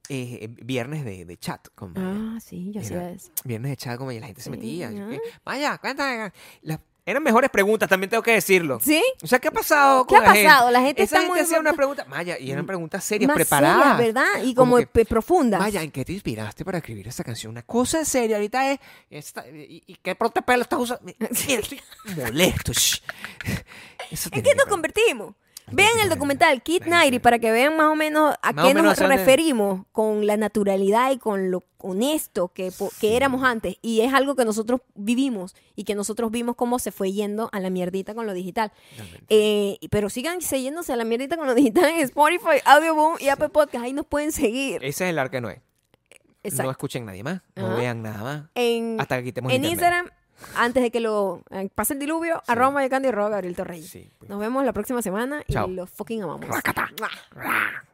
viernes de chat con Maya. Ah, sí, yo hacía eso. Viernes de chat como la gente se Sí, metía. ajá. Maya, cuéntame. Eran mejores preguntas, también tengo que decirlo. ¿Sí? O sea, ¿qué ha pasado ¿Qué con ha pasado? La gente Esa está muy... hacía una pregunta, Maya, y eran preguntas serias, más preparadas. serias, ¿verdad? Y Como como que, profundas. Maya, ¿en qué te inspiraste para escribir esta canción? Una cosa seria ahorita es... ¿Y qué protepelo estás usando? Mira, estoy molesto. Eso ¿En tiene qué que nos parar. convertimos? Ay, Vean qué el vaina. documental Kid La gente- 90 para que vean más o menos a Más o qué nos menos hacia dónde- referimos con la naturalidad y con lo honesto que éramos antes. Y es algo que nosotros vivimos y que nosotros vimos cómo se fue yendo a la mierdita con lo digital. Pero sigan yéndose a la mierdita con lo digital en Spotify, Audioboom y Apple Podcast. Ahí nos pueden seguir. Ese es el arca de Noé. No Exacto. escuchen nadie más, no Ajá. vean nada más. En, Hasta que quitemos en internet. Instagram, antes de que lo pase el diluvio, Sí. @mayocando y @Gabriel Torreyes. Sí, pues. Nos vemos la próxima semana Chao. y los fucking amamos. Racata. ¡Mua!